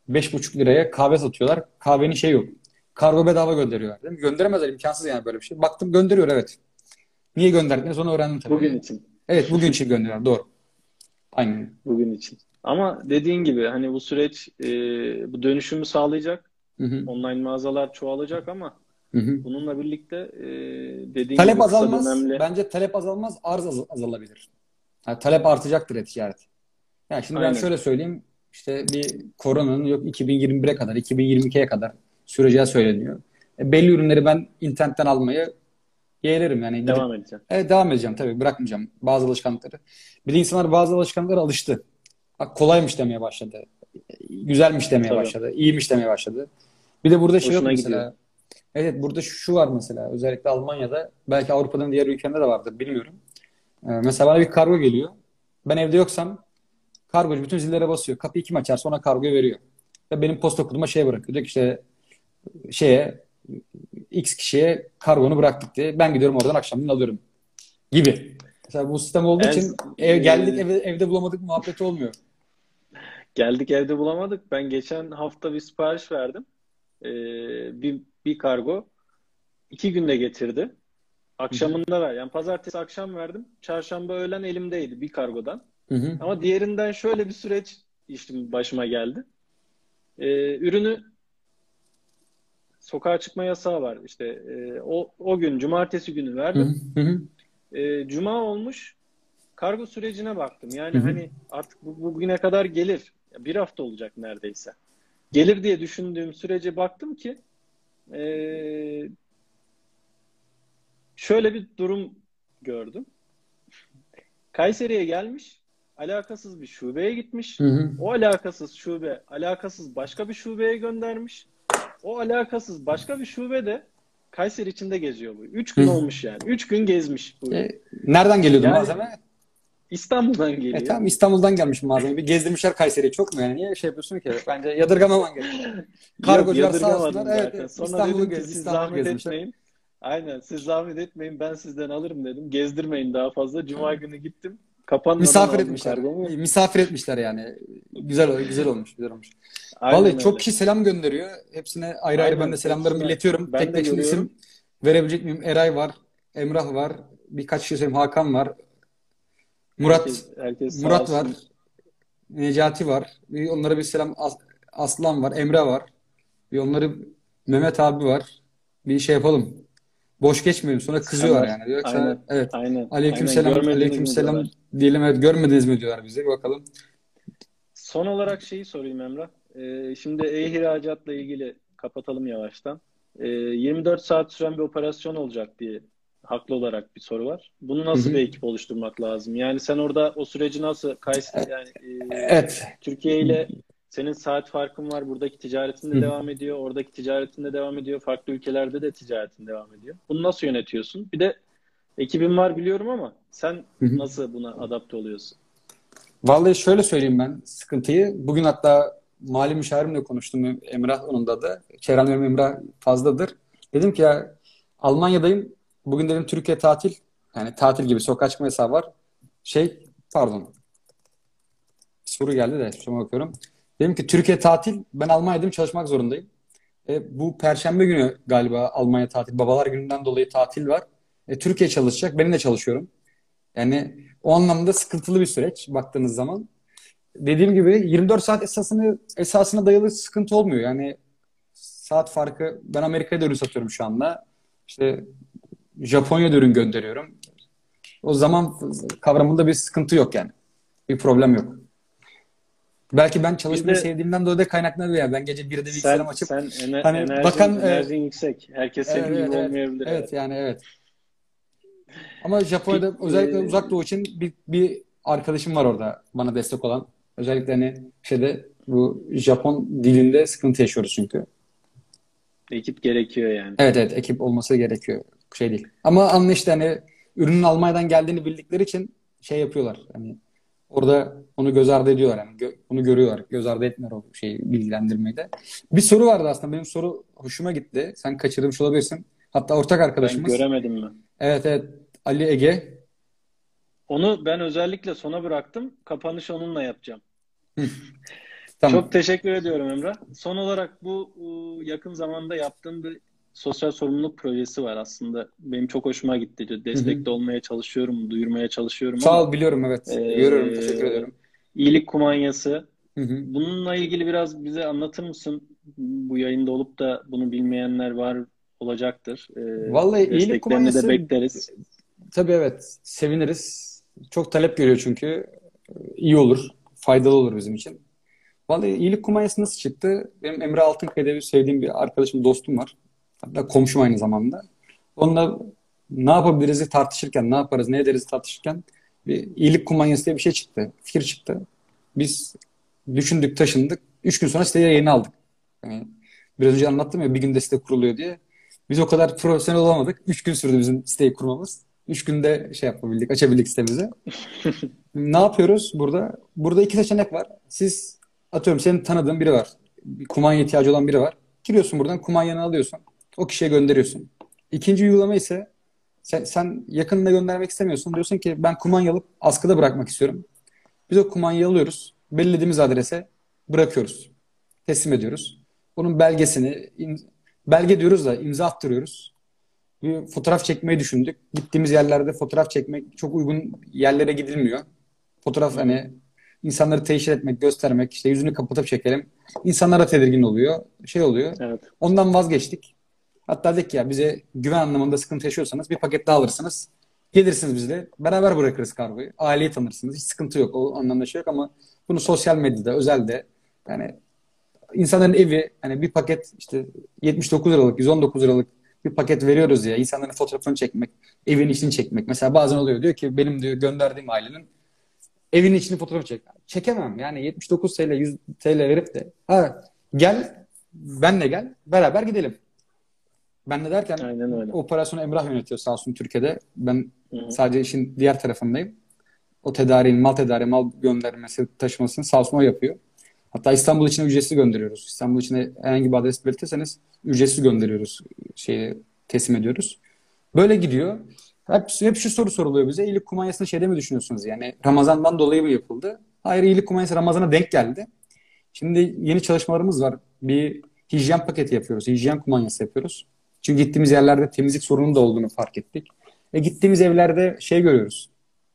5,5 liraya kahve satıyorlar. Kahvenin şey yok. Kargo bedava gönderiyorlar. Değil mi? Gönderemezler, imkansız yani böyle bir şey. Baktım gönderiyor, evet. Niye gönderdiklerini sonra öğrendim Bugün tabii. için. Evet, bugün için gönderiyorlar, doğru. Aynen. Bugün için. Ama dediğin gibi hani bu süreç bu dönüşümü sağlayacak. Hı hı. Online mağazalar çoğalacak ama Hı hı. bununla birlikte dediğin Talep gibi kısa azalmaz. dönemli. Bence talep azalmaz, arz azalabilir. Yani talep artacaktır e-ticaret. Yani şimdi ben Aynen. şöyle söyleyeyim. İşte bir koronanın yok 2021'e kadar, 2022'ye kadar süreceği söyleniyor. Belli ürünleri ben internetten almayı yeğlerim. Yani gidip Devam edeceğim. evet, devam edeceğim tabii. Bırakmayacağım bazı alışkanlıkları. Bir de insanlar bazı alışkanlıklara alıştı. Bak, kolaymış demeye başladı. Güzelmiş demeye Tabii. başladı. İyiymiş demeye başladı. Bir de burada şey yok Hoşuna gidiyor. mesela. Evet, burada şu var mesela. Özellikle Almanya'da, belki Avrupa'nın diğer ülkelerinde de vardır bilmiyorum. Mesela bana bir kargo geliyor. Ben evde yoksam kargocu bütün zillere basıyor. Kapıyı kim açarsa ona kargoyu veriyor. Ve benim posta kutuma şey bırakıyor. Diyor ki işte şeye, X kişiye kargonu bıraktık diye. Ben gidiyorum oradan akşamleyin alıyorum gibi. Mesela bu sistem olduğu En, için geldik e, evde bulamadık muhabbeti olmuyor. geldik evde bulamadık. Ben geçen hafta bir sipariş verdim. E, bir kargo 2 günde getirdi. Hı hı. Akşamında ver. Yani pazartesi akşam verdim. Çarşamba öğlen elimdeydi bir kargodan. Hı hı. Ama diğerinden şöyle bir süreç işte başıma geldi. Ürünü sokağa çıkma yasağı var. İşte o gün cumartesi günü Hı hı. verdim. Hı hı. Cuma olmuş. Kargo sürecine baktım. Hı Yani hı. hani artık bugüne kadar gelir. Bir hafta olacak neredeyse. Gelir diye düşündüğüm sürece baktım ki e, şöyle bir durum gördüm. Kayseri'ye gelmiş, alakasız bir şubeye Hı gitmiş. hı. O alakasız şube, alakasız başka bir şubeye göndermiş. O alakasız başka bir şube de Kayseri içinde geziyor bu. 3 gün Hı. olmuş yani. 3 gün gezmiş bu ürün. Nereden geliyordu Yani malzeme? İstanbul'dan geliyor. Tamam, İstanbul'dan gelmiş malzeme. Bir gezdirmişler Kayseri'yi, çok mu yani? Niye şey yapıyorsun ki? Bence yadırgamaman gerekiyor. Yok Kargocular sağ olsunlar. yadırgamadım Evet, zaten. evet, Sonra dedim ki siz İstanbul'u zahmet gezmişler. etmeyin. Aynen siz zahmet etmeyin ben sizden alırım dedim. Gezdirmeyin daha fazla. Cuma günü gittim. Kapanmadan Misafir aldım etmişler. kargomu. Misafir etmişler yani. Güzel olmuş, güzel olmuş. Vallahi Aynen çok öyle. kişi selam gönderiyor. Hepsine ayrı ayrı ben de Aynen selamlarımı hepsine iletiyorum. ben Tek de tek şimdi görüyorum. isim verebilecek miyim? Eray var, Emrah var, birkaç kişi söyleyeyim. Hakan var, Murat Herkes sağ Murat var, olsun. Necati var. Onlara bir selam. Aslan var, Emre var. Bir onları, Mehmet abi var. Bir şey yapalım. Boş geçmeyelim. Sonra kızıyorlar Selamlar. yani. Yoksa Aynen. evet. Aynen. Aleyküm Aynen. selam, Görmediniz aleyküm mi selam diyorlar. diyelim. Evet, görmediniz mi diyorlar bize. Bakalım. Son olarak şeyi sorayım Emrah. Şimdi e-ihracatla ilgili kapatalım yavaştan. 24 saat süren bir operasyon olacak diye haklı olarak bir soru var. Bunu Hı nasıl hı. bir ekip oluşturmak lazım? Yani sen orada o süreci nasıl yani Evet. Türkiye ile senin saat farkın var. Buradaki ticaretin Hı de hı. devam ediyor. Oradaki ticaretin de devam ediyor. Farklı ülkelerde de ticaretin devam ediyor. Bunu nasıl yönetiyorsun? Bir de ekibin var biliyorum ama sen Hı hı. nasıl buna adapte oluyorsun? Vallahi şöyle söyleyeyim ben sıkıntıyı. Bugün hatta mali müşavirimle konuştum. Emrah onun da adı. Çevrem Emrah Fazlı'dır. Dedim ki ya, Almanya'dayım. Bugün dedim Türkiye tatil. Yani tatil gibi sokağa çıkma yasağı var. Pardon. Soru geldi de şuna bakıyorum. Dedim ki Türkiye tatil. Ben Almanya'dayım, çalışmak zorundayım. Bu Perşembe günü galiba Almanya tatil. Babalar gününden dolayı tatil var. Türkiye çalışacak. Ben de çalışıyorum. Yani o anlamda sıkıntılı bir süreç baktığınız zaman. Dediğim gibi 24 saat esasına dayalı sıkıntı olmuyor. Yani saat farkı, ben Amerika'ya da ürün satıyorum şu anda. İşte Japonya'da ürün gönderiyorum. O zaman kavramında bir sıkıntı yok yani. Bir problem yok. Belki ben Bir çalışmayı de sevdiğimden dolayı da kaynaklanıyor ya. Ben gece 1'de bilgisayarımı açıp sen hani bakan enerjin yüksek. Herkes evet, senin gibi evet, evet. olmayabilir, Evet, evet. yani evet. Ama Peki, Japonya'da özellikle uzak doğu için bir arkadaşım var orada bana destek olan. Özellikle hani bu Japon dilinde sıkıntı yaşıyoruz çünkü. ekip gerekiyor yani. Evet, evet, ekip olması gerekiyor. Şey değil. Ama anlaştığı hani ürünün Almanya'dan geldiğini bildikleri için şey yapıyorlar. Hani orada onu göz ardı ediyorlar. Yani bunu görüyorlar. Göz ardı etmiyorlar o şeyi, bilgilendirmeyi de. Bir soru vardı aslında. Benim soru hoşuma gitti. Sen kaçırmış olabilirsin. Hatta ortak Ben arkadaşımız. göremedim mi? Evet, evet. Ali Ege. Onu ben özellikle sona bıraktım. Kapanış onunla yapacağım. Çok Tamam. teşekkür ediyorum Emrah. Son olarak bu yakın zamanda yaptığım bir sosyal sorumluluk projesi var aslında. Benim çok hoşuma gitti. Hı hı. Destekte olmaya çalışıyorum, duyurmaya çalışıyorum Sağ ama ol, biliyorum, evet. Görüyorum. Teşekkür e, ederim. iyilik kumanyası. Hı hı. Bununla ilgili biraz bize anlatır mısın? Bu yayında olup da bunu bilmeyenler var olacaktır. Vallahi iyilik Desteklerini de kumanyası, bekleriz. tabii evet, seviniriz. Çok talep görüyor çünkü. İyi olur. Faydalı olur bizim için. Vallahi iyilik kumanyası nasıl çıktı? Benim Emre Altınkaya diye bir sevdiğim bir arkadaşım, dostum var. Hatta komşum aynı zamanda. Onunla ne yapabiliriz tartışırken, ne yaparız, ne ederiz tartışırken bir iyilik kumanyası diye bir şey çıktı. Fikir çıktı. Biz düşündük, taşındık. 3 gün sonra siteye yayını aldık. Yani biraz önce anlattım ya, bir günde site kuruluyor diye. Biz o kadar profesyonel olamadık. 3 gün sürdü bizim siteyi kurmamız. 3 günde şey yapabildik, açabildik sitemizi. Ne yapıyoruz burada? Burada iki seçenek var. Siz, atıyorum, senin tanıdığın biri var. Bir kumanya ihtiyacı olan biri var. Giriyorsun buradan, kumanyanı alıyorsun. O kişiye gönderiyorsun. İkinci uygulama ise sen yakınına göndermek istemiyorsun. Diyorsun ki ben kumanya alıp askıda bırakmak istiyorum. Biz o kumanyayı alıyoruz. Belirlediğimiz adrese bırakıyoruz. Teslim ediyoruz. Bunun belgesini, belge diyoruz da imza attırıyoruz. Bir fotoğraf çekmeyi düşündük. Gittiğimiz yerlerde fotoğraf çekmek çok uygun yerlere gidilmiyor. Fotoğraf, Hı hı. hani insanları teşhir etmek, göstermek, işte yüzünü kapatıp çekelim. İnsanlar da tedirgin oluyor. Şey oluyor. Evet. Ondan vazgeçtik. Hatta dedik ya, bize güven anlamında sıkıntı yaşıyorsanız bir paket daha alırsınız. Gelirsiniz bizle. Beraber bırakırız kargoyu. Aileyi tanırsınız. Hiç sıkıntı yok. O anlamda şey yok ama bunu sosyal medyada, özelde, yani insanların evi, hani bir paket işte 79 liralık, 119 liralık bir paket veriyoruz ya, insanların fotoğrafını çekmek, evin içini çekmek. Mesela bazen oluyor, diyor ki benim, diyor, gönderdiğim ailenin evin içini fotoğraf çek. Çekemem yani, 79 TL, 100 TL verip de ha, gel, benle gel, beraber gidelim. Benle derken Aynen öyle. operasyonu Emrah yönetiyor sağ olsun Türkiye'de. Ben Hı hı. sadece işin diğer tarafındayım. O tedariğin, mal tedariği, mal göndermesi, taşımasını sağ olsun o yapıyor. Hatta İstanbul için ücretsiz gönderiyoruz. İstanbul için herhangi bir adres belirtirseniz ücretsiz gönderiyoruz. Şeyi teslim ediyoruz. Böyle gidiyor. Hep şu soru soruluyor bize. İyilik kumanyasını şeyde mi düşünüyorsunuz? Yani Ramazan'dan dolayı mı yapıldı? Hayır, iyilik kumanyası Ramazan'a denk geldi. Şimdi yeni çalışmalarımız var. Bir hijyen paketi yapıyoruz. Hijyen kumanyası yapıyoruz. Çünkü gittiğimiz yerlerde temizlik sorunu da olduğunu fark ettik. Gittiğimiz evlerde şey görüyoruz.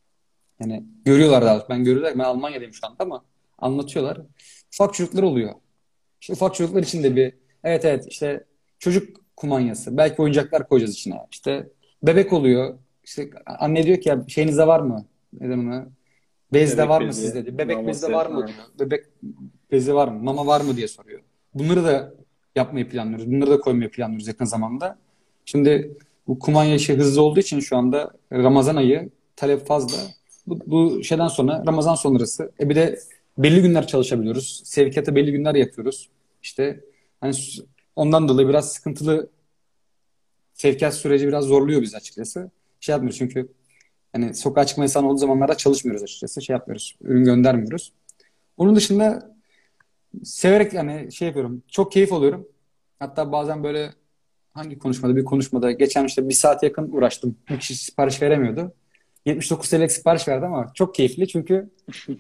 Yani görüyorlar daha doğrusu. Ben görüyorlar. Ben Almanya'dayım şu anda ama anlatıyorlar. Ufak çocuklar oluyor. İşte ufak çocuklar için de bir, evet evet, işte çocuk kumanyası. Belki oyuncaklar koyacağız içine. İşte bebek oluyor. İşte anne diyor ki ya, şeyinizde var mı? Neden ona? Bezde Bebek var mı bezi, sizde diyor. Bebek bezde maması. var mı Ha. diyor. Bebek bezi var mı? Mama var mı diye soruyor. Bunları da yapmayı planlıyoruz. Bunları da koymayı planlıyoruz yakın zamanda. Şimdi bu kumanya işi hızlı olduğu için şu anda Ramazan ayı, talep fazla. Bu şeyden sonra, Ramazan sonrası, bir de belli günler çalışabiliyoruz. Sevkiyatı belli günler yapıyoruz. İşte hani ondan dolayı biraz sıkıntılı, sevkiyat süreci biraz zorluyor bizi açıkçası. Şey yapmıyoruz çünkü hani sokağa çıkma yasağı olduğu zamanlarda çalışmıyoruz açıkçası. Şey yapmıyoruz. Ürün göndermiyoruz. Onun dışında severek, yani şey yapıyorum. Çok keyif alıyorum. Hatta bazen böyle, hangi konuşmada, bir konuşmada geçen işte bir saat yakın uğraştım. Bir kişi sipariş veremiyordu. 79 TL'lik sipariş verdi ama çok keyifli çünkü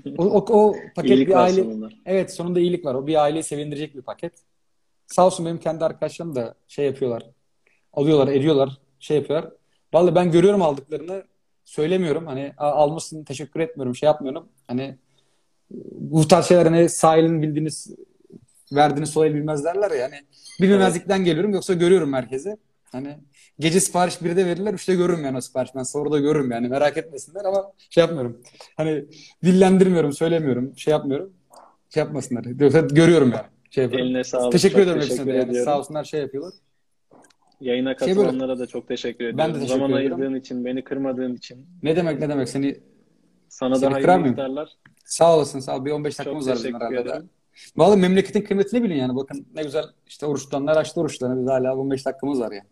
o paket İyilik bir var aile, sonunda. evet, sonunda iyilik var. O bir aileyi sevindirecek bir paket. Sağ olsun benim kendi arkadaşlarım da şey yapıyorlar. Alıyorlar, ediyorlar, şey yapıyorlar. Vallahi ben görüyorum aldıklarını, söylemiyorum. Hani almışsın, teşekkür etmiyorum, şey yapmıyorum. Hani bu tarz şeyler, hani sahilin bildiğiniz, verdiğiniz solayı bilmez derler ya. Yani Evet. bilmemezlikten geliyorum, yoksa görüyorum herkesi. Hani gece sipariş 1'de verirler, 3'te görürüm yani o sipariş. Ben sonra da görürüm yani, merak etmesinler ama şey yapmıyorum. Hani dillendirmiyorum, söylemiyorum, şey yapmıyorum. Şey yapmasınlar. Görüyorum yani. Şey yapıyorum. Eline sağlık. Teşekkür Çok ederim hepsine de teşekkür yani. Sağ ediyorum. olsunlar, şey yapıyorlar. Yayına Şey böyle. katılanlara da çok teşekkür Ben de ediyorum. Zaman teşekkür ediyorum. ayırdığın için, beni kırmadığın için Ne demek, ne demek, sana da seni kırar hayırlı mıyım? iftarlar. Sağ olasın, sağ ol. Bir 15 Çok dakikamız var bizim teşekkür herhalde de. ederim. Vallahi memleketin kıymetini bilin yani. Bakın ne güzel, işte oruç tutanlar açtı oruçlarını. Biz hala 15 dakikamız var yani.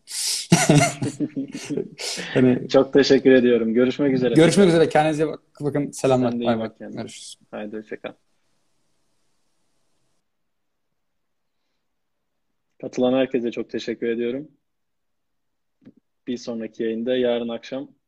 Hani Çok teşekkür ediyorum. Görüşmek üzere görüşmek tekrar. üzere. Kendinize bakın. Sen Selamlar. de iyi Bay bay. bak kendine. Görüşürüz. Haydi hoşça kal. Katılan herkese çok teşekkür ediyorum. Bir sonraki yayında yarın akşam